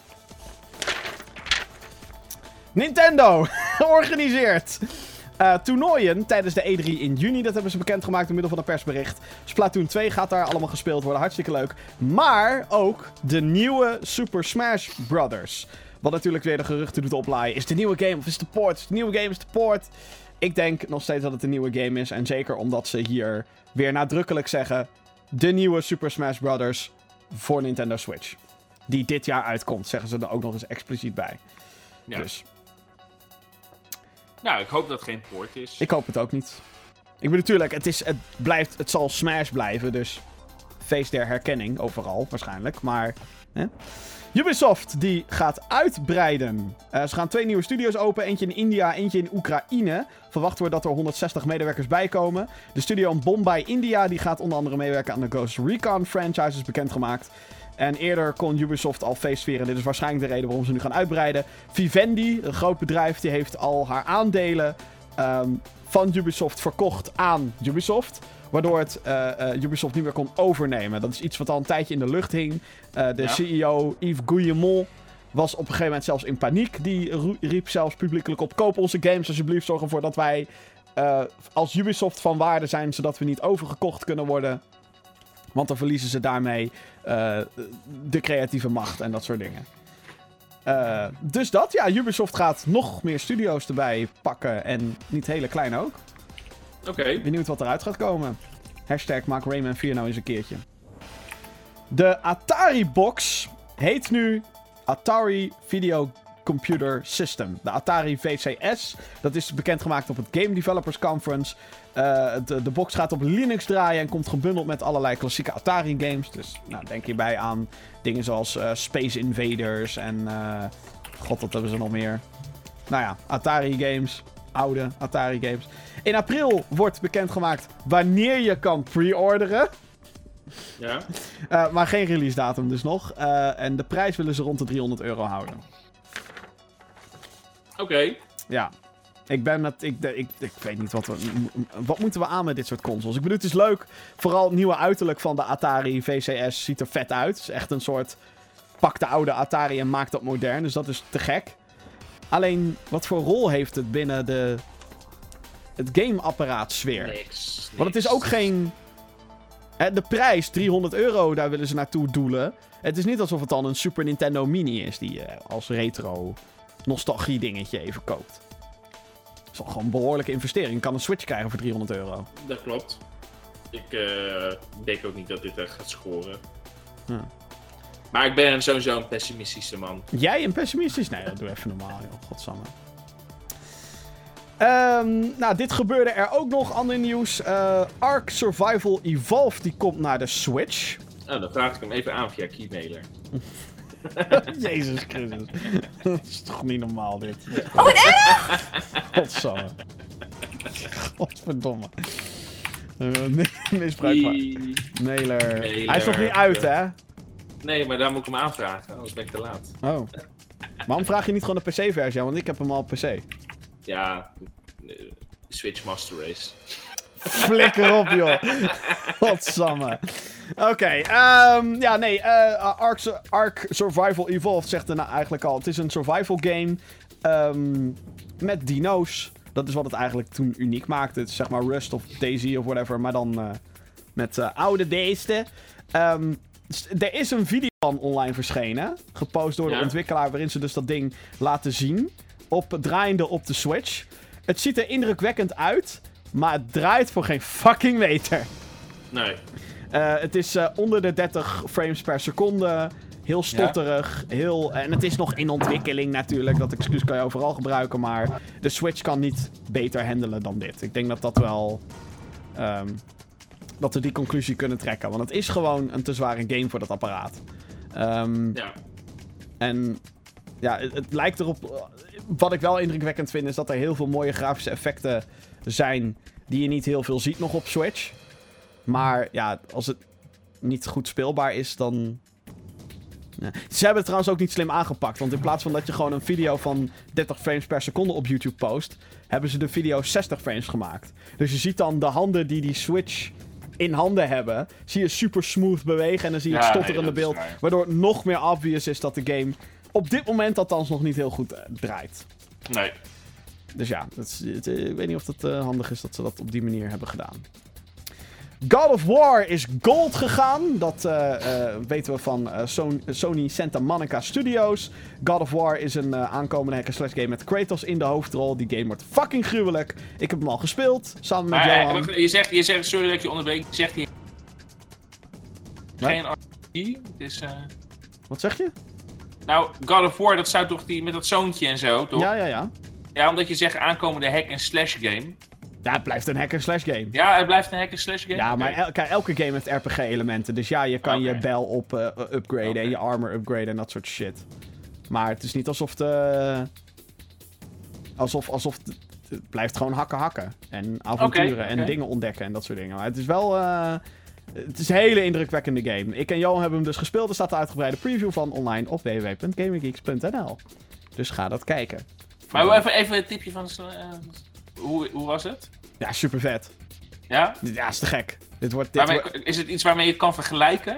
Nintendo organiseert uh, toernooien tijdens de E drie in juni. Dat hebben ze bekendgemaakt door middel van een persbericht. Splatoon twee gaat daar allemaal gespeeld worden. Hartstikke leuk. Maar ook de nieuwe Super Smash Brothers. Wat natuurlijk weer de geruchten doet oplaaien. Is het de nieuwe game of is het de port? Is het de nieuwe game of is het de port? Ik denk nog steeds dat het een nieuwe game is. En zeker omdat ze hier weer nadrukkelijk zeggen... De nieuwe Super Smash Brothers voor Nintendo Switch. Die dit jaar uitkomt, zeggen ze er ook nog eens expliciet bij. Ja. Dus... Nou, ik hoop dat het geen poort is. Ik hoop het ook niet. Ik bedoel, natuurlijk, het, is, het, blijft, het zal Smash blijven, dus feest der herkenning overal, waarschijnlijk. Maar Hè? Ubisoft die gaat uitbreiden. Uh, ze gaan twee nieuwe studio's open. Eentje in India, eentje in Oekraïne. Verwacht wordt dat er honderdzestig medewerkers bijkomen. De studio in Bombay, India, die gaat onder andere meewerken aan de Ghost Recon franchise, is bekendgemaakt. En eerder kon Ubisoft al feestvieren. Dit is waarschijnlijk de reden waarom ze nu gaan uitbreiden. Vivendi, een groot bedrijf, die heeft al haar aandelen um, van Ubisoft verkocht aan Ubisoft. Waardoor het uh, uh, Ubisoft niet meer kon overnemen. Dat is iets wat al een tijdje in de lucht hing. Uh, de ja. C E O Yves Guillemot was op een gegeven moment zelfs in paniek. Die riep zelfs publiekelijk op: koop onze games alsjeblieft. Zorg ervoor dat wij uh, als Ubisoft van waarde zijn, zodat we niet overgekocht kunnen worden. Want dan verliezen ze daarmee uh, de creatieve macht en dat soort dingen. Uh, dus dat, ja, Ubisoft gaat nog meer studio's erbij pakken. En niet hele klein ook. Oké. Okay. Benieuwd wat eruit gaat komen. Hashtag maak Rayman vier nou eens een keertje. De Atari-box heet nu Atari Video Computer System. De Atari V C S. Dat is bekendgemaakt op het Game Developers Conference. Uh, de, de box gaat op Linux draaien en komt gebundeld met allerlei klassieke Atari games. Dus nou, denk hierbij aan dingen zoals uh, Space Invaders en... Uh, God, wat hebben ze nog meer? Nou ja, Atari games. Oude Atari games. In april wordt bekendgemaakt wanneer je kan pre-orderen. Ja. Uh, maar geen release datum dus nog. Uh, en de prijs willen ze rond de driehonderd euro houden. Oké. Okay. Ja. Ik ben met... Ik, ik, ik weet niet wat we... Wat moeten we aan met dit soort consoles? Ik bedoel, het is leuk. Vooral het nieuwe uiterlijk van de Atari V C S ziet er vet uit. Het is echt een soort... Pak de oude Atari en maak dat modern. Dus dat is te gek. Alleen, wat voor rol heeft het binnen de... Het gameapparaat sfeer? Niks, niks. Want het is ook geen... Hè, de prijs, driehonderd euro, daar willen ze naartoe doelen. Het is niet alsof het dan een Super Nintendo Mini is... die je als retro nostalgie dingetje even koopt. Dat is al gewoon een behoorlijke investering. Je kan een Switch krijgen voor driehonderd euro. Dat klopt. Ik uh, denk ook niet dat dit er gaat scoren. Hm. Maar ik ben sowieso een pessimistische man. Jij een pessimistisch? Nee, dat doe even normaal, joh. Godsamme. Um, nou, dit gebeurde er ook nog. Ander nieuws. Uh, Ark Survival Evolved, die komt naar de Switch. Oh, dan vraag ik hem even aan via Keymailer. Jezus Christus. Dat is toch niet normaal, dit. Oh, wat erg! Godsamme. Godverdomme. Uh, misbruik van. Mailer. Mailer. Hij is nog niet uit, hè? Nee, maar daar moet ik hem aanvragen. Anders ben ik te laat. Oh. Waarom vraag je niet gewoon de P C-versie aan? Want ik heb hem al op P C. Ja, Switch Master Race. Flikker op, joh. Godsamme. Oké, okay, um, ja, nee. Uh, Ark, Ark Survival Evolved zegt er nou eigenlijk al. Het is een survival game um, met dino's. Dat is wat het eigenlijk toen uniek maakte. Het is zeg maar Rust of Daisy of whatever. Maar dan uh, met uh, oude beesten. Um, er is een video van online verschenen. Gepost door de ja. ontwikkelaar. Waarin ze dus dat ding laten zien. Op, draaiende op de Switch. Het ziet er indrukwekkend uit. Maar het draait voor geen fucking meter. Nee. Uh, het is uh, onder de dertig frames per seconde. Heel stotterig. Ja. Heel, en het is nog in ontwikkeling natuurlijk. Dat excuus kan je overal gebruiken. Maar de Switch kan niet beter handelen dan dit. Ik denk dat dat wel... Um, dat we die conclusie kunnen trekken. Want het is gewoon een te zware game voor dat apparaat. Um, ja. En... Ja, het, het lijkt erop... Wat ik wel indrukwekkend vind... is dat er heel veel mooie grafische effecten zijn... die je niet heel veel ziet nog op Switch. Maar ja, als het niet goed speelbaar is, dan... Ja. Ze hebben het trouwens ook niet slim aangepakt. Want in plaats van dat je gewoon een video van dertig frames per seconde op YouTube post... hebben ze de video zestig frames gemaakt. Dus je ziet dan de handen die die Switch in handen hebben... zie je super smooth bewegen en dan zie je ja, het stotterende nee, beeld... waardoor het nog meer obvious is dat de game... op dit moment althans nog niet heel goed uh, draait. Nee. Dus ja, het is, het, ik weet niet of het uh, handig is dat ze dat op die manier hebben gedaan. God of War is gold gegaan. Dat uh, uh, weten we van uh, Sony, Sony Santa Monica Studios. God of War is een uh, aankomende hack and slash game met Kratos in de hoofdrol. Die game wordt fucking gruwelijk. Ik heb hem al gespeeld, samen met maar, Johan. Uh, je, zegt, je zegt, sorry dat ik je onderbreek, je zegt hier... Geen R P G, het is... Uh... Wat zeg je? Nou, God of War, dat zou toch die met dat zoontje en zo, toch? Ja, ja, ja. Ja, omdat je zegt aankomende hack and slash game. Ja, het blijft een hack-and-slash game. Ja, het blijft een hack-and-slash game? Ja, maar Oké. el- kijk, elke game heeft R P G-elementen. Dus ja, je kan Oké. je bel op uh, upgraden Oké. en je armor upgraden en dat soort shit. Maar het is niet alsof de... Alsof, alsof het, het blijft gewoon hakken hakken. En avonturen Oké, en oké. dingen ontdekken en dat soort dingen. Maar het is wel... uh, het is een hele indrukwekkende game. Ik en Johan hebben hem dus gespeeld. Er staat een uitgebreide preview van online op w w w punt gaminggeeks punt n l. Dus ga dat kijken. Maar hoe- even, even een tipje van... Uh, hoe, hoe was het? Ja, super vet. Ja? Ja, is te gek. Dit wordt... Dit Waarmee- wordt is het iets waarmee je het kan vergelijken?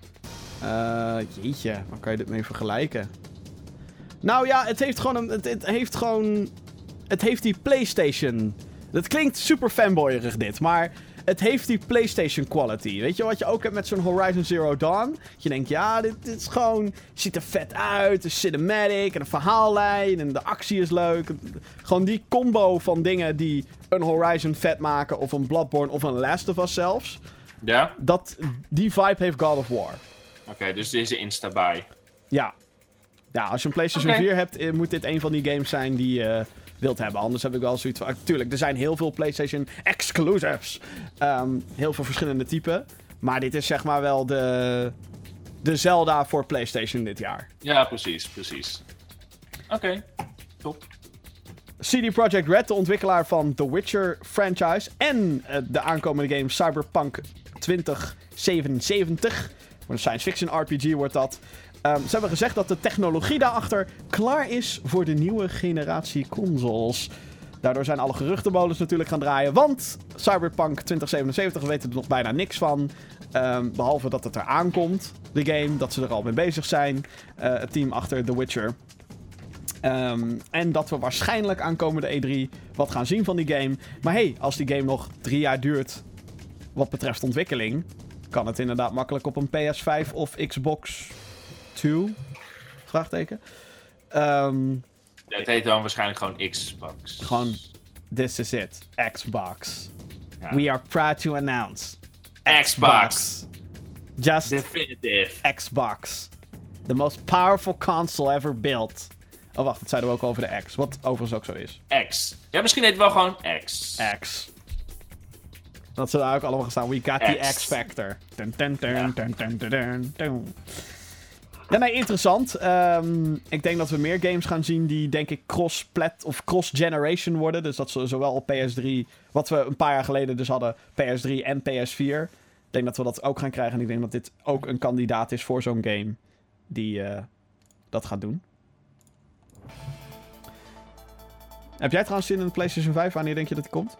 Uh, jeetje, waar kan je dit mee vergelijken? Nou ja, het heeft gewoon een... Het, het heeft gewoon... Het heeft die PlayStation... Het klinkt super fanboyerig dit, maar... Het heeft die PlayStation quality. Weet je wat je ook hebt met zo'n Horizon Zero Dawn? Je denkt, ja, dit, dit is gewoon... Ziet er vet uit, een cinematic en een verhaallijn en de actie is leuk. Gewoon die combo van dingen die een Horizon vet maken, of een Bloodborne of een Last of Us zelfs. Ja? Dat, die vibe heeft God of War. Oké, dus deze insta-buy. Ja. Ja, als je een PlayStation Oké. vier hebt, eh, moet dit een van die games zijn die je wilt hebben. Anders heb ik wel zoiets van... Tuurlijk, er zijn heel veel PlayStation exclusives. Ehm, heel veel verschillende typen. Maar dit is zeg maar wel de... De Zelda voor PlayStation dit jaar. Ja, precies, precies. Oké, top. C D Projekt Red, de ontwikkelaar van The Witcher franchise. En uh, de aankomende game Cyberpunk twintig zevenenzeventig. Een science fiction R P G wordt dat. Um, ze hebben gezegd dat de technologie daarachter klaar is voor de nieuwe generatie consoles. Daardoor zijn alle geruchtenmolens natuurlijk gaan draaien. Want Cyberpunk twintig zevenenzeventig, we weten er nog bijna niks van. Um, behalve dat het eraan komt, de game. Dat ze er al mee bezig zijn. Uh, het team achter The Witcher. Um, en dat we waarschijnlijk aankomende E drie wat gaan zien van die game. Maar hey, als die game nog drie jaar duurt wat betreft ontwikkeling... kan het inderdaad makkelijk op een P S vijf of Xbox twee? Vraagteken. Um, Ja, het heet dan waarschijnlijk gewoon Xbox. gewoon, this is it. Xbox. Ja. We are proud to announce. Xbox. Just Definitive. Xbox. The most powerful console ever built. Oh wacht, dat zeiden we ook over de X. Wat overigens ook zo is. X. Ja, misschien heet het wel gewoon X. X. Dat ze daar ook allemaal gaan staan. We got the X. X-Factor. Dun, dun, dun, Ja. dun, dun, dun, dun, dun. Ja, nee, interessant. Um, ik denk dat we meer games gaan zien die, denk ik, cross-plat of cross-generation worden. Dus dat ze zowel op P S drie, wat we een paar jaar geleden dus hadden, P S drie en P S vier. Ik denk dat we dat ook gaan krijgen. En ik denk dat dit ook een kandidaat is voor zo'n game die uh, dat gaat doen. Heb jij trouwens zin in de PlayStation vijf? Wanneer denk je dat die komt?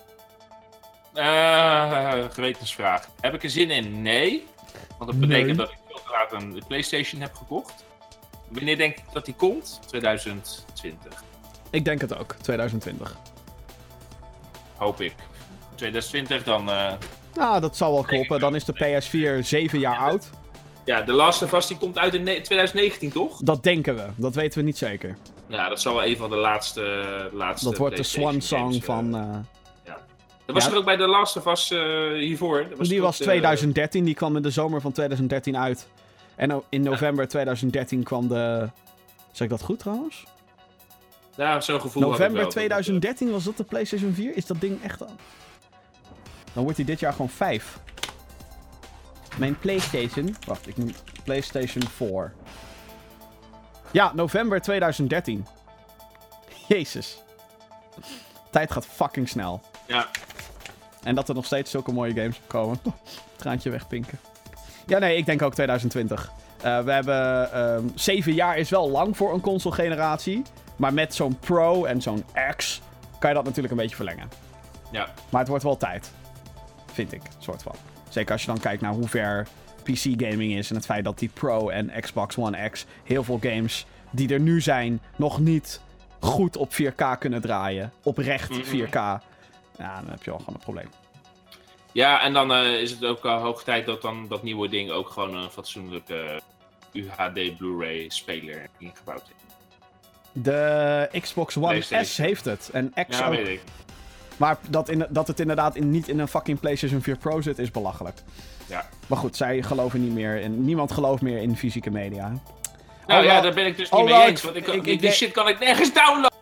Eh, gewetensvraag. Heb ik er zin in? Nee. Want dat betekent Nee. dat ik veel te laat een PlayStation heb gekocht. Wanneer denk ik dat die komt? twintig twintig. Ik denk het ook, twintig twintig. Hoop ik. twintig twintig dan... eh, Nou, dat zal wel kloppen. Dan is de P S vier zeven jaar oud. Ja, The Last of Us die komt uit in ne- twintig negentien, toch? Dat denken we. Dat weten we niet zeker. Ja, dat zal wel een van de laatste... laatste Dat wordt de PlayStation swan song games, van... eh, Uh, Dat was Ja. er ook bij The Last of Us uh, hiervoor. Dat was die toch was de- twintig dertien. Die kwam in de zomer van twintig dertien uit. En o- in november twintig dertien kwam de... Zeg ik dat goed trouwens? Ja, zo'n gevoel had ik wel. November twintig dertien was dat de PlayStation vier? Is dat ding echt al? Dan wordt hij dit jaar gewoon vijf. Mijn PlayStation... Wacht, ik moet... PlayStation vier. Ja, november twintig dertien. Jezus. Tijd gaat fucking snel. Ja. En dat er nog steeds zulke mooie games op komen. Traantje wegpinken. Ja, nee, ik denk ook twintig twintig. Uh, we hebben... Um, zeven jaar is wel lang voor een console-generatie. Maar met zo'n Pro en zo'n X... kan je dat natuurlijk een beetje verlengen. Ja. Maar het wordt wel tijd. Vind ik, soort van. Zeker als je dan kijkt naar hoe ver P C-gaming is... en het feit dat die Pro en Xbox One X... heel veel games die er nu zijn... nog niet goed op vier K kunnen draaien. Oprecht Mhm. vier K. Ja, dan heb je wel gewoon een probleem. Ja, en dan uh, is het ook uh, hoog tijd dat dan dat nieuwe ding ook gewoon een fatsoenlijke U H D Blu-ray speler ingebouwd heeft. De Xbox One PlayStation. S heeft het. En X Ja, ook. weet ik. Maar dat, in, dat het inderdaad in, niet in een fucking PlayStation vier Pro zit, is belachelijk. Ja. Maar goed, zij geloven niet meer in... Niemand gelooft meer in fysieke media. Nou Alhoewel- ja, daar ben ik dus niet alhoewel mee ik- eens. Want ik, ik- die ik die denk- shit kan ik nergens downloaden.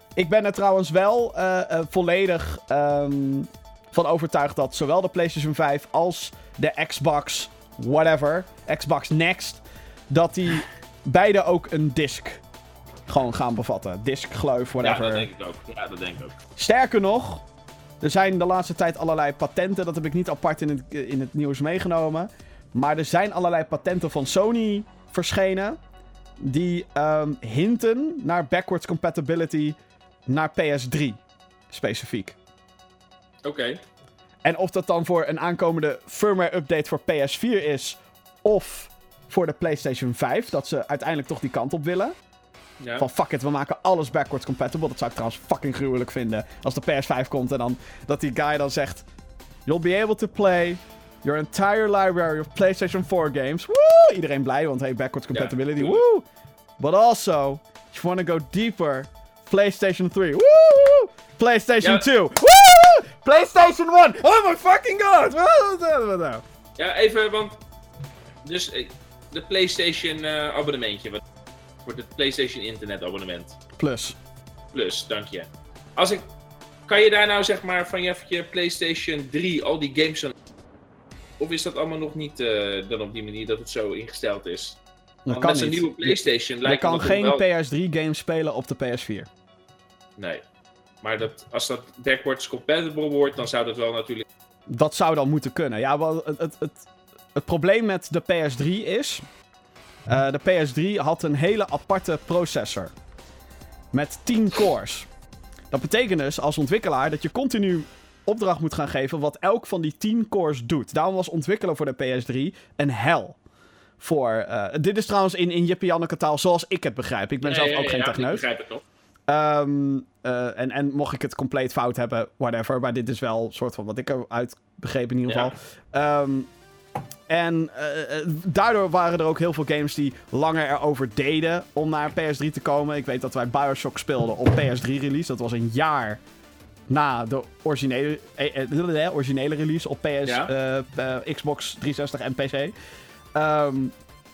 Ik ben er trouwens wel uh, uh, volledig um, van overtuigd dat zowel de PlayStation vijf als de Xbox whatever, Xbox Next, dat die beide ook een disc gewoon gaan bevatten. Disc, gleuf, whatever. Ja, dat denk ik ook. Ja, dat denk ik ook. Sterker nog, er zijn de laatste tijd allerlei patenten. Dat heb ik niet apart in het, in het nieuws meegenomen. Maar er zijn allerlei patenten van Sony verschenen. Die um, hinten naar backwards compatibility naar P S drie. Specifiek. Oké. Okay. En of dat dan voor een aankomende firmware update voor P S vier is. Of voor de PlayStation vijf. Dat ze uiteindelijk toch die kant op willen. Ja. Van fuck it, we maken alles backwards compatible. Dat zou ik trouwens fucking gruwelijk vinden. Als de P S vijf komt en dan dat die guy dan zegt... You'll be able to play your entire library of PlayStation four games. Woo! Iedereen blij, want hey, backwards compatibility. Ja, woo! But also, if you want to go deeper, PlayStation three. Woo! PlayStation ja. two. Woo! PlayStation one. Oh my fucking god! Ja, even, want... Dus de PlayStation uh, abonnementje... Wat... Voor het PlayStation Internet abonnement. Plus. Plus, dank je. Als ik... Kan je daar nou zeg maar van je, je PlayStation drie al die games aan... Of is dat allemaal nog niet uh, dan op die manier dat het zo ingesteld is? Dat kan met zijn nieuwe PlayStation je, lijkt je kan geen wel... P S drie games spelen op de P S vier. Nee. Maar dat, als dat backwards compatible wordt, dan zou dat wel natuurlijk... Dat zou dan moeten kunnen. Ja, wel, het, het, het, het probleem met de P S drie is... Uh, de P S drie had een hele aparte processor. Met tien cores. Dat betekent dus als ontwikkelaar dat je continu opdracht moet gaan geven wat elk van die tien cores doet. Daarom was ontwikkelen voor de P S drie een hel. Voor, uh, dit is trouwens in, in Jippie Janneke taal zoals ik het begrijp. Ik ben ja, zelf ja, ook ja, geen ja, techneut. Ik begrijp het nog. Um, uh, en, en mocht ik het compleet fout hebben, whatever. Maar dit is wel een soort van wat ik eruit begreep in ieder geval. Ja. Um, En uh, daardoor waren er ook heel veel games die langer erover deden om naar P S drie te komen. Ik weet dat wij Bioshock speelden op P S drie release. Dat was een jaar na de originele, eh, eh, originele release op P S, ja. uh, uh, Xbox driehonderdzestig en P C. Um,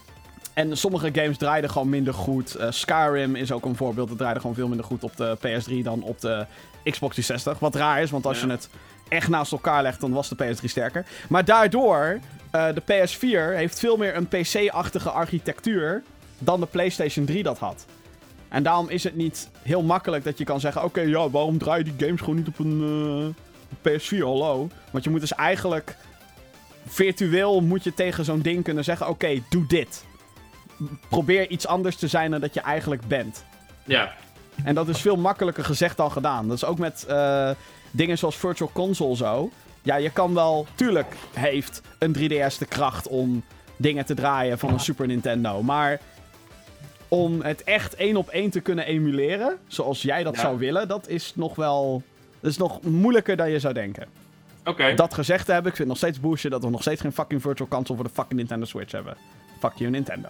en sommige games draaiden gewoon minder goed. Uh, Skyrim is ook een voorbeeld. Het draaide gewoon veel minder goed op de P S drie dan op de Xbox driehonderdzestig. Wat raar is, want als ja. je het echt naast elkaar legt, dan was de P S drie sterker. Maar daardoor... Uh, de P S vier heeft veel meer een P C-achtige architectuur dan de PlayStation drie dat had. En daarom is het niet heel makkelijk dat je kan zeggen... Oké, okay, ja, waarom draai je die games gewoon niet op een uh, P S vier? Hallo. Want je moet dus eigenlijk... Virtueel moet je tegen zo'n ding kunnen zeggen... Oké, okay, doe dit. Probeer iets anders te zijn dan dat je eigenlijk bent. Ja. En dat is veel makkelijker gezegd dan gedaan. Dat is ook met uh, dingen zoals Virtual Console zo... Ja, je kan wel... Tuurlijk heeft een drie D S de kracht om dingen te draaien van een Super Nintendo. Maar om het echt één op één te kunnen emuleren, zoals jij dat ja. zou willen, dat is nog wel... Dat is nog moeilijker dan je zou denken. Oké. Okay. Dat gezegd hebben, ik vind nog steeds bullshit dat we nog steeds geen fucking Virtual Console voor de fucking Nintendo Switch hebben. Fuck you, Nintendo.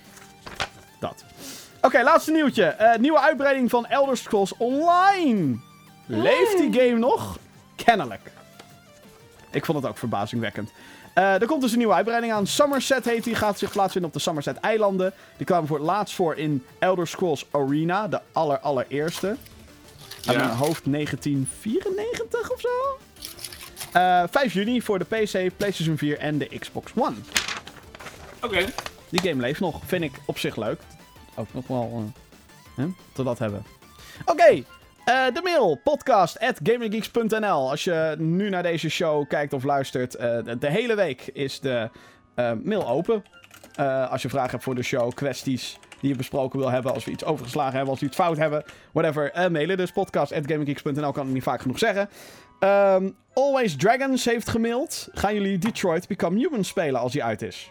Dat. Oké, okay, laatste nieuwtje. Uh, nieuwe uitbreiding van Elder Scrolls Online. Leeft die game nog? Kennelijk. Ik vond het ook verbazingwekkend. Uh, er komt dus een nieuwe uitbreiding aan. Somerset heet die. Gaat zich plaatsvinden op de Somerset-eilanden. Die kwamen voor het laatst voor in Elder Scrolls Arena. De aller allereerste. Ja. Uit mijn hoofd negentien vierennegentig of zo. Uh, vijf juni voor de P C, PlayStation vier en de Xbox One. Oké. Okay. Die game leeft nog. Vind ik op zich leuk. Ook nog wel... Uh, hè, te dat hebben. Oké. Okay. Uh, de mail, podcast at gaminggeeks punt n l. Als je nu naar deze show kijkt of luistert, uh, de, de hele week is de uh, mail open. Uh, als je vragen hebt voor de show, kwesties die je besproken wil hebben, als we iets overgeslagen hebben, als we iets fout hebben, whatever, uh, mailen. Dus podcast at gaminggeeks punt n l, kan ik niet vaak genoeg zeggen. Um, Always Dragons heeft gemaild. Gaan jullie Detroit Become Human spelen als die uit is?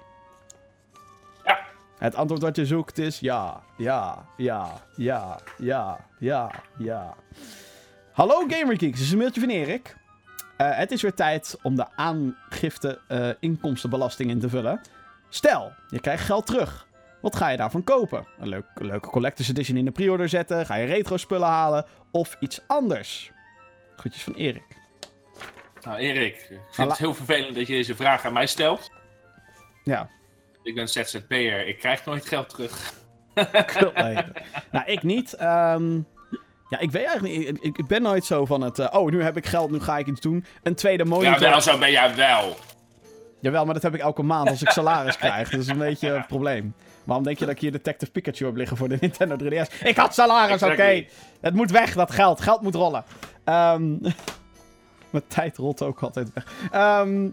Ja. Het antwoord wat je zoekt is ja, ja, ja, ja, ja, ja, ja. Hallo GamerGeeks, dit is een mailtje van Erik. Uh, het is weer tijd om de aangifte uh, inkomstenbelasting in te vullen. Stel, je krijgt geld terug. Wat ga je daarvan kopen? Een leuk, leuke Collector's Edition in de pre-order zetten? Ga je retro spullen halen? Of iets anders? Groetjes van Erik. Nou Erik, ik vind Hala- het heel vervelend dat je deze vraag aan mij stelt. Ja. Ik ben Z Z P'er, ik krijg nooit geld terug. Nee. Nou, ik niet. Um, Ja, ik weet eigenlijk niet. Ik, ik, ik ben nooit zo van het... Uh, oh, nu heb ik geld, nu ga ik iets doen. Een tweede monitor. Ja, wel, zo ben jij wel. Jawel, maar dat heb ik elke maand als ik salaris krijg. Dat is een beetje een probleem. Waarom denk je dat ik hier Detective Pikachu heb liggen voor de Nintendo drie D S? Ik had salaris, oké. Okay. Het moet weg, dat geld. Geld moet rollen. Um, mijn tijd rolt ook altijd weg. Um,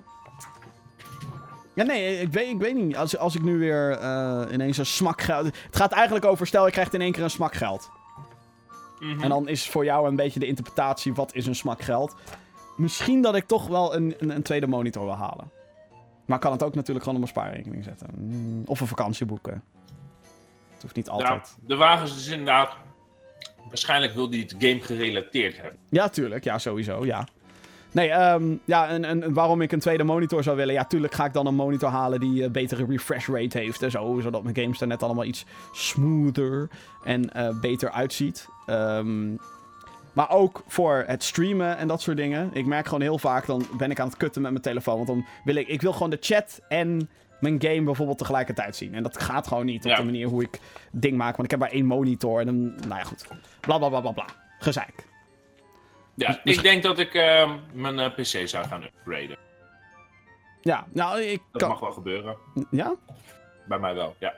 ja, nee, ik weet, ik weet niet. Als, als ik nu weer uh, ineens een smak geld... Het gaat eigenlijk over, stel, je krijgt in één keer een smak geld. Mm-hmm. En dan is voor jou een beetje de interpretatie, wat is een smak geld? Misschien dat ik toch wel een, een, een tweede monitor wil halen. Maar kan het ook natuurlijk gewoon op mijn spaarrekening zetten. Mm, of een vakantie boeken. Het hoeft niet altijd. Ja, de wagens is inderdaad... Waarschijnlijk wil die het game gerelateerd hebben. Ja, tuurlijk. Ja, sowieso. Ja. Nee, um, ja, en, en waarom ik een tweede monitor zou willen... Ja, tuurlijk ga ik dan een monitor halen die uh, betere refresh rate heeft en zo. Zodat mijn games er net allemaal iets smoother en uh, beter uitziet. Um, maar ook voor het streamen en dat soort dingen. Ik merk gewoon heel vaak, dan ben ik aan het kutten met mijn telefoon. Want dan wil ik... Ik wil gewoon de chat en mijn game bijvoorbeeld tegelijkertijd zien. En dat gaat gewoon niet op ja. de manier hoe ik ding maak. Want ik heb maar één monitor en dan... Nou ja, goed. Bla, bla, bla, bla, bla. Gezeik. Ja, dus, dus... ik denk dat ik uh, mijn uh, P C zou gaan upgraden. Ja, nou, ik Dat kan... mag wel gebeuren. Ja? Bij mij wel, ja.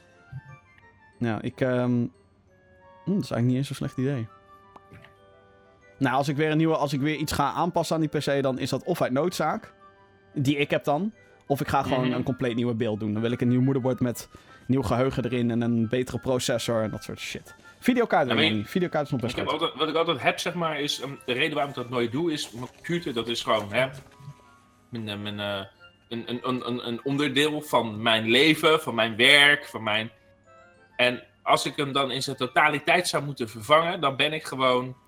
Nou, ik... Um... Hm, dat is eigenlijk niet eens zo'n slecht idee. Nou, als ik weer een nieuwe... Als ik weer iets ga aanpassen aan die P C, dan is dat of uit noodzaak. Die ik heb dan. Of ik ga gewoon mm-hmm. een compleet nieuwe beeld doen. Dan wil ik een nieuw moederbord met nieuw geheugen erin en een betere processor en dat soort shit. Videokaart weet ik niet. Videokaart is nog best goed. Altijd, wat ik altijd heb, zeg maar, is... Um, de reden waarom ik dat nooit doe, is... Mijn computer, dat is gewoon, hè... Mijn, uh, mijn, uh, een, een, een, een onderdeel van mijn leven, van mijn werk, van mijn... En als ik hem dan in zijn totaliteit zou moeten vervangen, dan ben ik gewoon...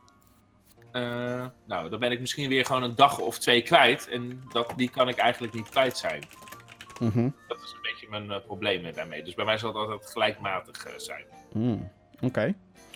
Uh, nou, dan ben ik misschien weer gewoon een dag of twee kwijt. En dat, die kan ik eigenlijk niet kwijt zijn. Mm-hmm. Dat is een beetje mijn uh, probleem daarmee. Dus bij mij zal het altijd gelijkmatig uh, zijn. Mm, Oké. Okay.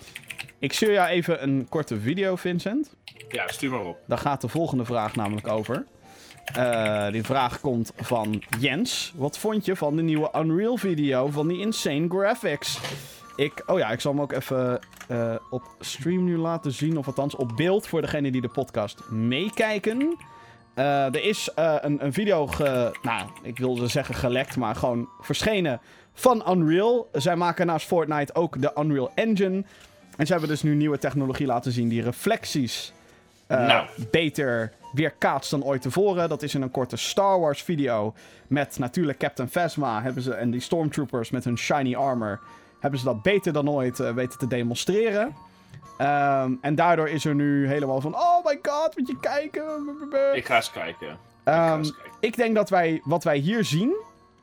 Ik stuur jou even een korte video, Vincent. Ja, stuur maar op. Daar gaat de volgende vraag namelijk over. Uh, die vraag komt van Jens. Wat vond je van de nieuwe Unreal video van die insane graphics? Ik, oh ja, ik zal hem ook even uh, op stream nu laten zien. Of althans op beeld voor degenen die de podcast meekijken. Uh, er is uh, een, een video, ge, nou, ik wilde zeggen gelekt, maar gewoon verschenen van Unreal. Zij maken naast Fortnite ook de Unreal Engine. En ze hebben dus nu nieuwe technologie laten zien die reflecties uh, nou. beter weerkaatst dan ooit tevoren. Dat is in een korte Star Wars video met natuurlijk Captain Phasma hebben ze, en die Stormtroopers met hun shiny armor. Hebben ze dat beter dan ooit uh, weten te demonstreren. Um, en daardoor is er nu helemaal van... Oh my god, moet je kijken? Ik ga eens kijken. Ik, um, ga eens kijken. ik denk dat wij, wat wij hier zien...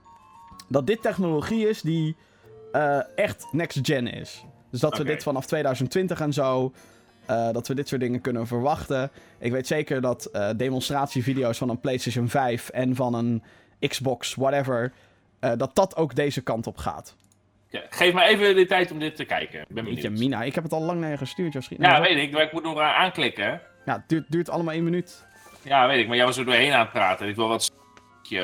Dat dit technologie is die uh, echt next gen is. Dus dat okay. we dit vanaf twintig twintig en zo... Uh, dat we dit soort dingen kunnen verwachten. Ik weet zeker dat uh, demonstratievideo's van een PlayStation vijf... en van een Xbox, whatever... Uh, dat dat ook deze kant op gaat. Ja, geef me even de tijd om dit te kijken. Ik ben benieuwd. Jeetje, Mina, ik heb het al lang naar je gestuurd. Joh. Ja, nou, weet ik, maar ik moet nog uh, aanklikken. Hè? Ja, het duurt, duurt allemaal één minuut. Ja, weet ik, maar jij was er doorheen aan het praten. Ik wil wat... Uh...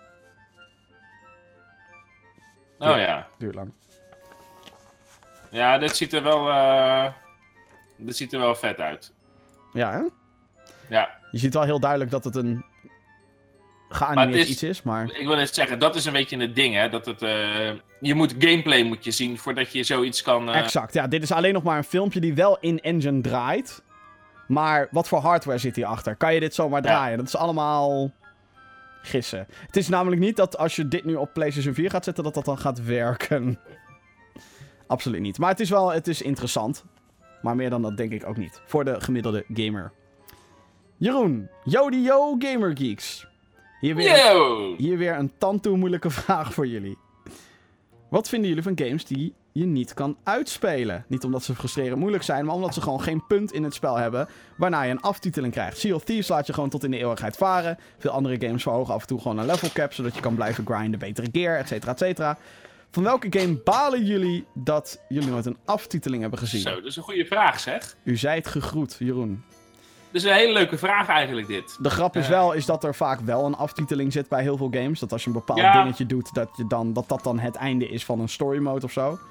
Oh ja, ja. Duurt lang. Ja, dit ziet er wel... Uh... Dit ziet er wel vet uit. Ja, hè? Ja. Je ziet wel heel duidelijk dat het een geanimeerd iets is, maar... Ik wil net zeggen, dat is een beetje het ding, hè. Dat het... Uh... Je moet gameplay moet je zien voordat je zoiets kan... Uh... Exact, ja. Dit is alleen nog maar een filmpje die wel in engine draait. Maar wat voor hardware zit hierachter? Kan je dit zomaar draaien? Ja. Dat is allemaal... gissen. Het is namelijk niet dat als je dit nu op PlayStation vier gaat zetten, dat dat dan gaat werken. Absoluut niet. Maar het is wel... Het is interessant. Maar meer dan dat denk ik ook niet. Voor de gemiddelde gamer. Jeroen. Jody yo, Gamer Geeks. Hier weer, Yo! hier weer een tandtoe moeilijke vraag voor jullie. Wat vinden jullie van games die je niet kan uitspelen? Niet omdat ze frustrerend moeilijk zijn, maar omdat ze gewoon geen punt in het spel hebben waarna je een aftiteling krijgt. Sea of Thieves laat je gewoon tot in de eeuwigheid varen. Veel andere games verhogen af en toe gewoon een level cap, zodat je kan blijven grinden, betere gear, et cetera, et cetera. Van welke game balen jullie dat jullie nooit een aftiteling hebben gezien? Zo, dat is een goede vraag, zeg. U zijt gegroet, Jeroen. Dat is een hele leuke vraag eigenlijk, dit. De grap is uh, wel is dat er vaak wel een aftiteling zit bij heel veel games. Dat als je een bepaald ja. dingetje doet, dat, je dan, dat dat dan het einde is van een story mode of zo.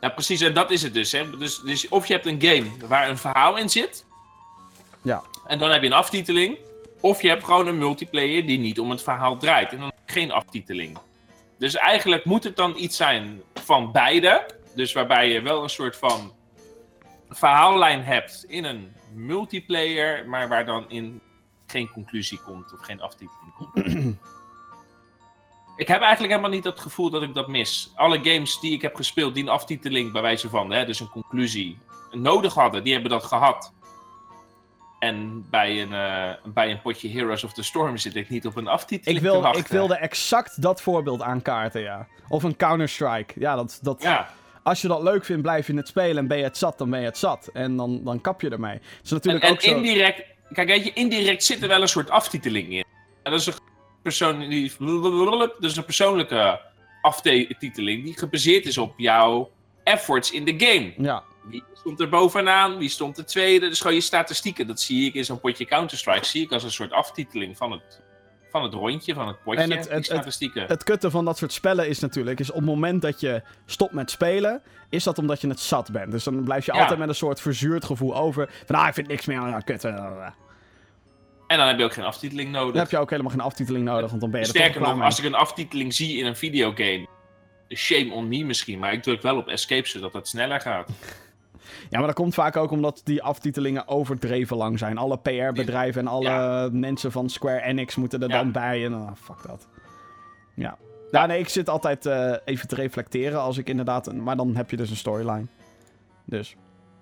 Nou, precies, en dat is het dus, hè. Dus, dus of je hebt een game waar een verhaal in zit. Ja. En dan heb je een aftiteling. Of je hebt gewoon een multiplayer die niet om het verhaal draait. En dan geen aftiteling. Dus eigenlijk moet het dan iets zijn van beide. Dus waarbij je wel een soort van verhaallijn hebt in een multiplayer. Maar waar dan in geen conclusie komt of geen aftiteling komt. Ik heb eigenlijk helemaal niet het gevoel dat ik dat mis. Alle games die ik heb gespeeld die een aftiteling bij wijze van, hè, dus een conclusie, nodig hadden, die hebben dat gehad. En bij een, uh, bij een potje Heroes of the Storm zit ik niet op een aftiteling Ik, wil, te wachten. ik wilde exact dat voorbeeld aankaarten, ja. Of een Counter-Strike. Ja, dat, dat, Ja. Als je dat leuk vindt, blijf je het spelen. En ben je het zat, dan ben je het zat. En dan, dan kap je ermee. Het is natuurlijk En, en ook zo... indirect, kijk, weet je, indirect zit er wel een soort aftiteling in. En dat is een persoon die, dus een persoonlijke aftiteling die gebaseerd is op jouw efforts in de game. Ja. Wie stond er bovenaan? Wie stond de tweede? Dus gewoon je statistieken. Dat zie ik in zo'n potje Counter-Strike. Zie ik als een soort aftiteling van het, van het rondje, van het potje. En het, die het, statistieken. het, het kutte van dat soort spellen is natuurlijk... is op het moment dat je stopt met spelen... is dat omdat je het zat bent. Dus dan blijf je Ja. altijd met een soort verzuurd gevoel over... van ah, ik vind niks meer aan, nou, kut. uh, En dan heb je ook geen aftiteling nodig. Dan heb je ook helemaal geen aftiteling nodig... want dan ben je er toch Sterker klaar nog, mee. als ik een aftiteling zie in een videogame... shame on me misschien, maar ik druk wel op escape zodat het sneller gaat. Ja, maar dat komt vaak ook omdat die aftitelingen overdreven lang zijn. Alle P R-bedrijven en alle Ja. mensen van Square Enix moeten er Ja. dan bij. En ah, fuck dat. Ja. Ja, nee, ik zit altijd eh, even te reflecteren als ik inderdaad... Een, maar dan heb je dus een storyline. Dus.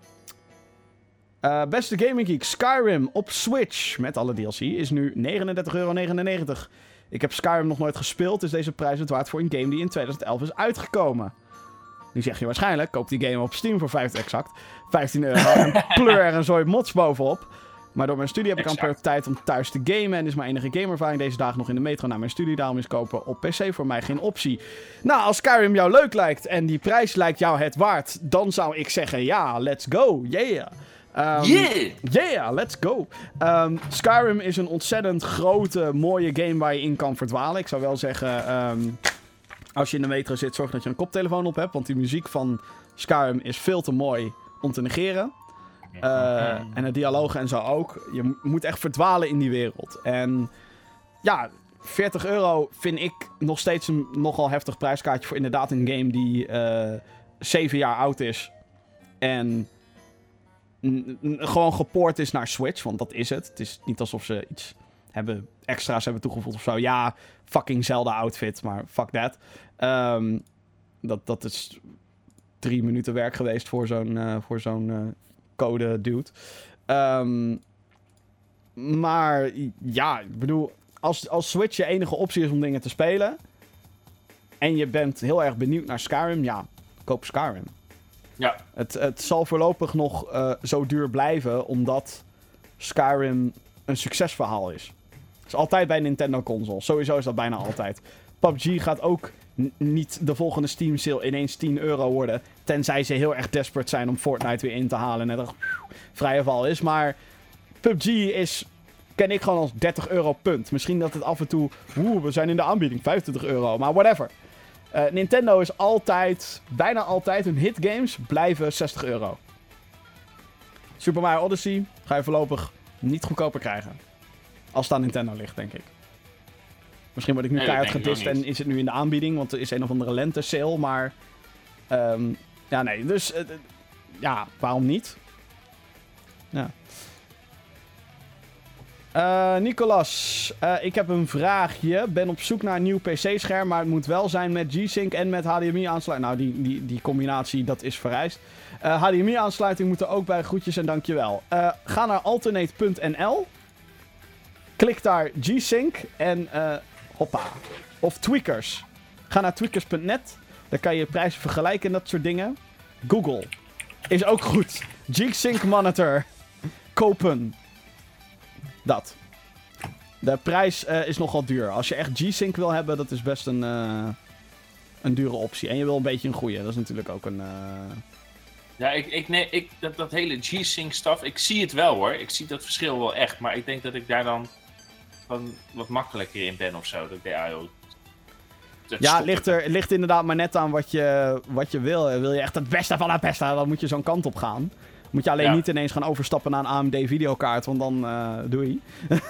Eh, beste Gaming Geek, Skyrim op Switch met alle D L C is nu negenendertig euro negenennegentig. Ik heb Skyrim nog nooit gespeeld, dus deze prijs het waard voor een game die in tweeduizend elf is uitgekomen. Nu zeg je waarschijnlijk, koop die game op Steam voor vijftien, exact, vijftien euro en pleur er een zooi mods bovenop. Maar door mijn studie heb ik Exact. amper tijd om thuis te gamen en is mijn enige gameervaring deze dagen nog in de metro naar mijn studie. Daarom is kopen op P C voor mij geen optie. Nou, als Skyrim jou leuk lijkt en die prijs lijkt jou het waard, dan zou ik zeggen ja, let's go, yeah. Um, Yeah! Yeah, let's go. Um, Skyrim is een ontzettend grote, mooie game waar je in kan verdwalen. Ik zou wel zeggen, um, als je in de metro zit, zorg dat je een koptelefoon op hebt. Want die muziek van Skyrim is veel te mooi om te negeren. Uh, en de dialogen en zo ook. Je m- moet echt verdwalen in die wereld. En ja, veertig euro vind ik nog steeds een nogal heftig prijskaartje voor inderdaad een game die uh, zeven jaar oud is. En n- n- gewoon gepoord is naar Switch, want dat is het. Het is niet alsof ze iets hebben, extra's hebben toegevoegd of zo. Ja, fucking Zelda outfit, maar fuck that. Um, dat, dat is drie minuten werk geweest voor zo'n, uh, voor zo'n uh, code dude. Um, maar ja, ik bedoel, als, als Switch je enige optie is om dingen te spelen en je bent heel erg benieuwd naar Skyrim, ja, koop Skyrim. Ja. Het, het zal voorlopig nog uh, zo duur blijven, omdat Skyrim een succesverhaal is. Het is altijd bij Nintendo consoles. Sowieso is dat bijna altijd. P U B G gaat ook n- niet de volgende Steam sale ineens tien euro worden. Tenzij ze heel erg desperate zijn om Fortnite weer in te halen en er vrije val is. Maar P U B G is, ken ik gewoon als dertig euro punt. Misschien dat het af en toe, oeh, we zijn in de aanbieding, vijfentwintig euro. Maar whatever. Uh, Nintendo is altijd, bijna altijd, hun hitgames blijven zestig euro. Super Mario Odyssey ga je voorlopig niet goedkoper krijgen. Als het aan Nintendo ligt, denk ik. Misschien word ik nu Nee, dat keihard denk ik gedist ook en is het nu in de aanbieding, want er is een of andere lente sale, maar... Um, ja, nee, dus... Uh, uh, ja, waarom niet? Ja. Uh, Nicolas, uh, ik heb een vraagje. Ben op zoek naar een nieuw P C-scherm, maar het moet wel zijn met G-Sync en met H D M I-aansluiting. Nou, die, die, die combinatie, dat is vereist. Uh, H D M I-aansluiting moet er ook bij. Groetjes en dankjewel. Uh, ga naar alternate punt n l. Klik daar G-Sync en uh, hoppa. Of Tweakers. Ga naar tweakers punt net. Daar kan je prijzen vergelijken en dat soort dingen. Google is ook goed. G-Sync monitor. Kopen. Dat. De prijs uh, is nogal duur. Als je echt G-Sync wil hebben, dat is best een, uh, een dure optie. En je wil een beetje een goeie. Dat is natuurlijk ook een... Uh... Ja, ik, ik, nee, ik, dat, dat hele G-Sync stuff, ik zie het wel hoor. Ik zie dat verschil wel echt. Maar ik denk dat ik daar dan van wat makkelijker in ben of zo. Dat ik denk, ah, joh, het Ja, het stopt ligt, er, het ligt inderdaad maar net aan wat je, wat je wil. Wil je echt het beste van het beste, dan moet je zo'n kant op gaan. Moet je alleen Ja. niet ineens gaan overstappen naar een A M D videokaart, want dan uh, doei.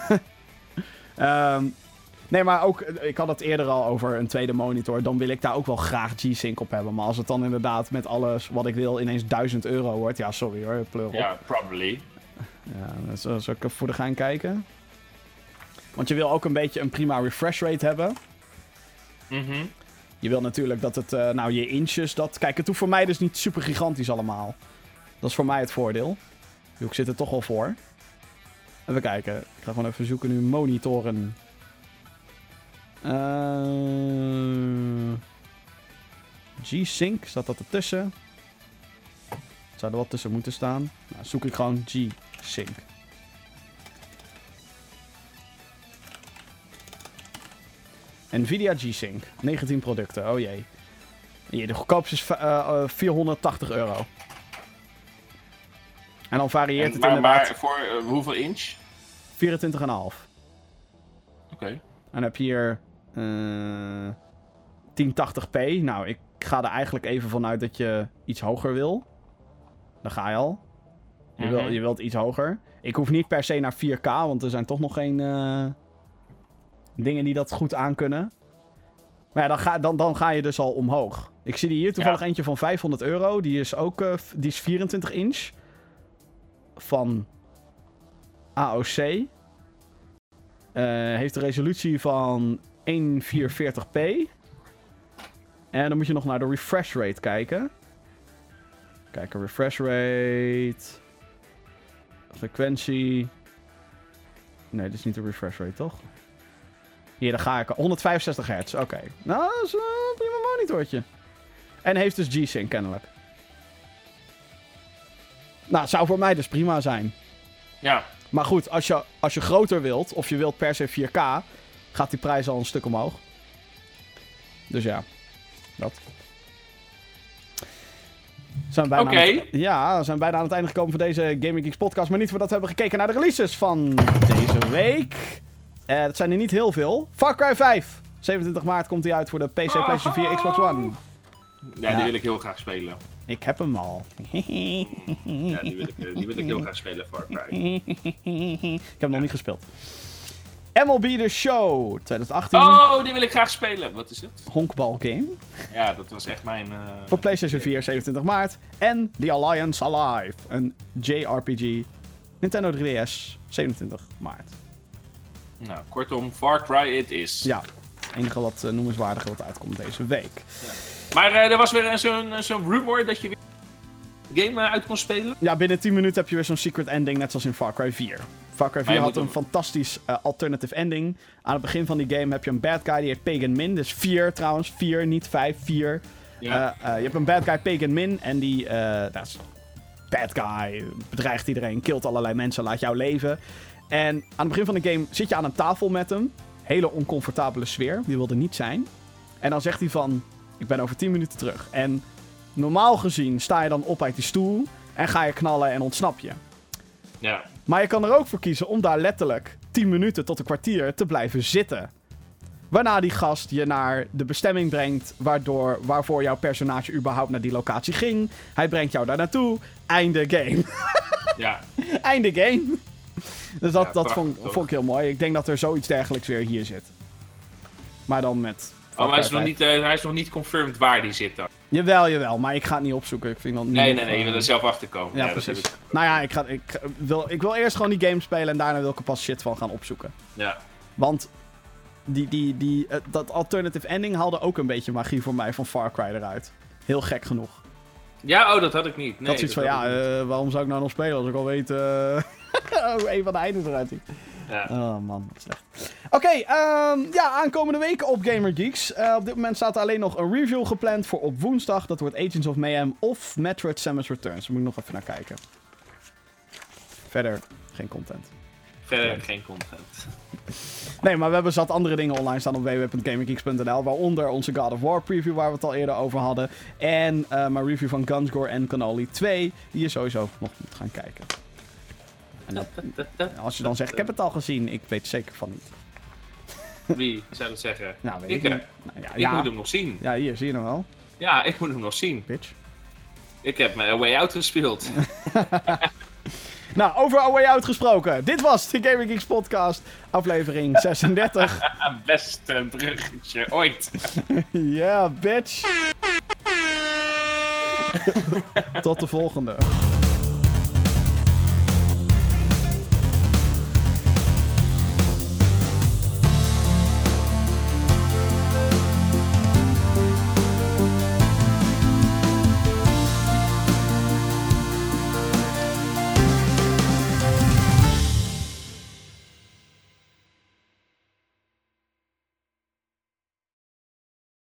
um, nee, maar ook, ik had het eerder al over een tweede monitor. Dan wil ik daar ook wel graag G-Sync op hebben. Maar als het dan inderdaad met alles wat ik wil ineens duizend euro wordt. Ja, sorry hoor, pleur op. Ja, probably. Ja, zal ik even voor de gein kijken? Want je wil ook een beetje een prima refresh rate hebben. Mhm. Je wil natuurlijk dat het, uh, nou je inches, dat... Kijk, het hoeft voor mij dus niet super gigantisch allemaal. Dat is voor mij het voordeel. Ik zit er toch al voor. Even kijken. Ik ga gewoon even zoeken nu monitoren. Uh... G-Sync, staat dat ertussen? Zou er wat tussen moeten staan? Nou, zoek ik gewoon G-Sync. Nvidia G-Sync. negentien producten, oh jee. Hier, de goedkoopste is uh, uh, vierhonderdtachtig euro. En dan varieert En, het maar, inderdaad maar voor uh, hoeveel inch? vierentwintig komma vijf. Oké. Okay. En dan heb je hier uh, tien tachtig p. Nou, ik ga er eigenlijk even vanuit dat je iets hoger wil. Daar ga je al. Je, Mm-hmm. wil, je wilt iets hoger. Ik hoef niet per se naar vier K, want er zijn toch nog geen uh, dingen die dat goed aankunnen. Maar ja, dan ga, dan, dan ga je dus al omhoog. Ik zie hier toevallig ja. eentje van vijfhonderd euro. Die is ook uh, die is vierentwintig inch. Van A O C. Uh, heeft een resolutie van honderdvierenveertig p. En dan moet je nog naar de refresh rate kijken. Kijken, refresh rate. Frequentie. Nee, dit is niet de refresh rate, toch? Hier, daar ga ik. honderdvijfenzestig hertz, oké. Okay. Nou, dat is een prima monitortje. En heeft dus G-Sync kennelijk. Nou, zou voor mij dus prima zijn. Ja. Maar goed, als je, als je groter wilt, of je wilt per se vier K, gaat die prijs al een stuk omhoog. Dus ja, dat. Zijn bijna Oké. okay. Ja, we zijn bijna aan het einde gekomen van deze Gaming Geeks podcast. Maar niet voordat we hebben gekeken naar de releases van deze week. Uh, dat zijn er niet heel veel. Far Cry vijf. zevenentwintig maart komt hij uit voor de P C, PlayStation vier, Xbox One. Ja, die ja. wil ik heel graag spelen. Ik heb hem al. Ja, die wil ik, die wil ik heel graag spelen, Far Cry. Ik heb hem nog niet gespeeld. M L B The Show twintig achttien. Oh, die wil ik graag spelen. Wat is het? Honkbal game. Ja, dat was echt mijn... Uh... Voor PlayStation vier, zevenentwintig maart. En The Alliance Alive. Een J R P G. Nintendo drie D S, zevenentwintig maart. Nou, kortom, Far Cry it is. Ja, het enige wat uh, noemenswaardige wat uitkomt deze week. Ja. Maar uh, er was weer zo'n zo'n rumor dat je weer de game uh, uit kon spelen. Ja, binnen tien minuten heb je weer zo'n secret ending, net zoals in Far Cry vier. Far Cry vier had een hem... fantastisch uh, alternative ending. Aan het begin van die game heb je een bad guy, die heet Pagan Min. Dus vier trouwens, vier, niet vijf, vier. Ja. Uh, uh, je hebt een bad guy, Pagan Min, en die, uh, dat is bad guy, bedreigt iedereen, killt allerlei mensen, laat jou leven. En aan het begin van de game zit je aan een tafel met hem. Hele oncomfortabele sfeer, die wil er niet zijn. En dan zegt hij van, ik ben over tien minuten terug. En normaal gezien sta je dan op uit die stoel en ga je knallen en ontsnap je. Ja. Maar je kan er ook voor kiezen om daar letterlijk tien minuten tot een kwartier te blijven zitten. Waarna die gast je naar de bestemming brengt waardoor, waarvoor jouw personage überhaupt naar die locatie ging. Hij brengt jou daar naartoe. Einde game. Ja. Einde game. Dus dat, Ja, dat vond, vond ik heel mooi. Ik denk dat er zoiets dergelijks weer hier zit. Maar dan met... Oh, maar hij is, nog niet, uh, hij is nog niet confirmed waar die zit dan. Jawel, jawel. Maar ik ga het niet opzoeken. Ik vind dat niet nee, nee, nee. Je wil er zelf achter komen. Ja, ja precies. Nou ja, ik, ga, ik, wil, ik wil eerst gewoon die game spelen en daarna wil ik er pas shit van gaan opzoeken. Ja. Want die, die, die, uh, dat alternative ending haalde ook een beetje magie voor mij van Far Cry eruit. Heel gek genoeg. Ja, oh, dat had ik niet. Nee, dat is iets van, ja, uh, waarom zou ik nou nog spelen als ik al weet uh, hoe een van de eindes eruit ziet. Ja. Oh man, wat slecht. Oké, okay, um, ja, aankomende weken op Gamer Geeks. Uh, op dit moment staat er alleen nog een review gepland voor op woensdag. Dat wordt Agents of Mayhem of Metroid Samus Returns. Daar moet ik nog even naar kijken. Verder geen content. Verder ja. geen content. Nee, maar we hebben zat andere dingen online staan op w w w punt gamergeeks punt n l. Waaronder onze God of War preview waar we het al eerder over hadden. En uh, mijn review van Guns, Gore en Cannoli twee. Die je sowieso nog moet gaan kijken. En dat, als je dan zegt, ik heb het al gezien, ik weet zeker van niet. Wie zou dat zeggen? Nou, weet Ik, ik eh, niet. Nou, ja, Ik ja. moet hem nog zien. ja, hier, zie je hem wel. Ja, ik moet hem nog zien. Bitch. Ik heb mijn Way Out gespeeld. Nou, over A Way Out gesproken. Dit was de Gaming Geeks podcast, aflevering zesendertig. Beste bruggetje ooit. Ja, bitch. Tot de volgende.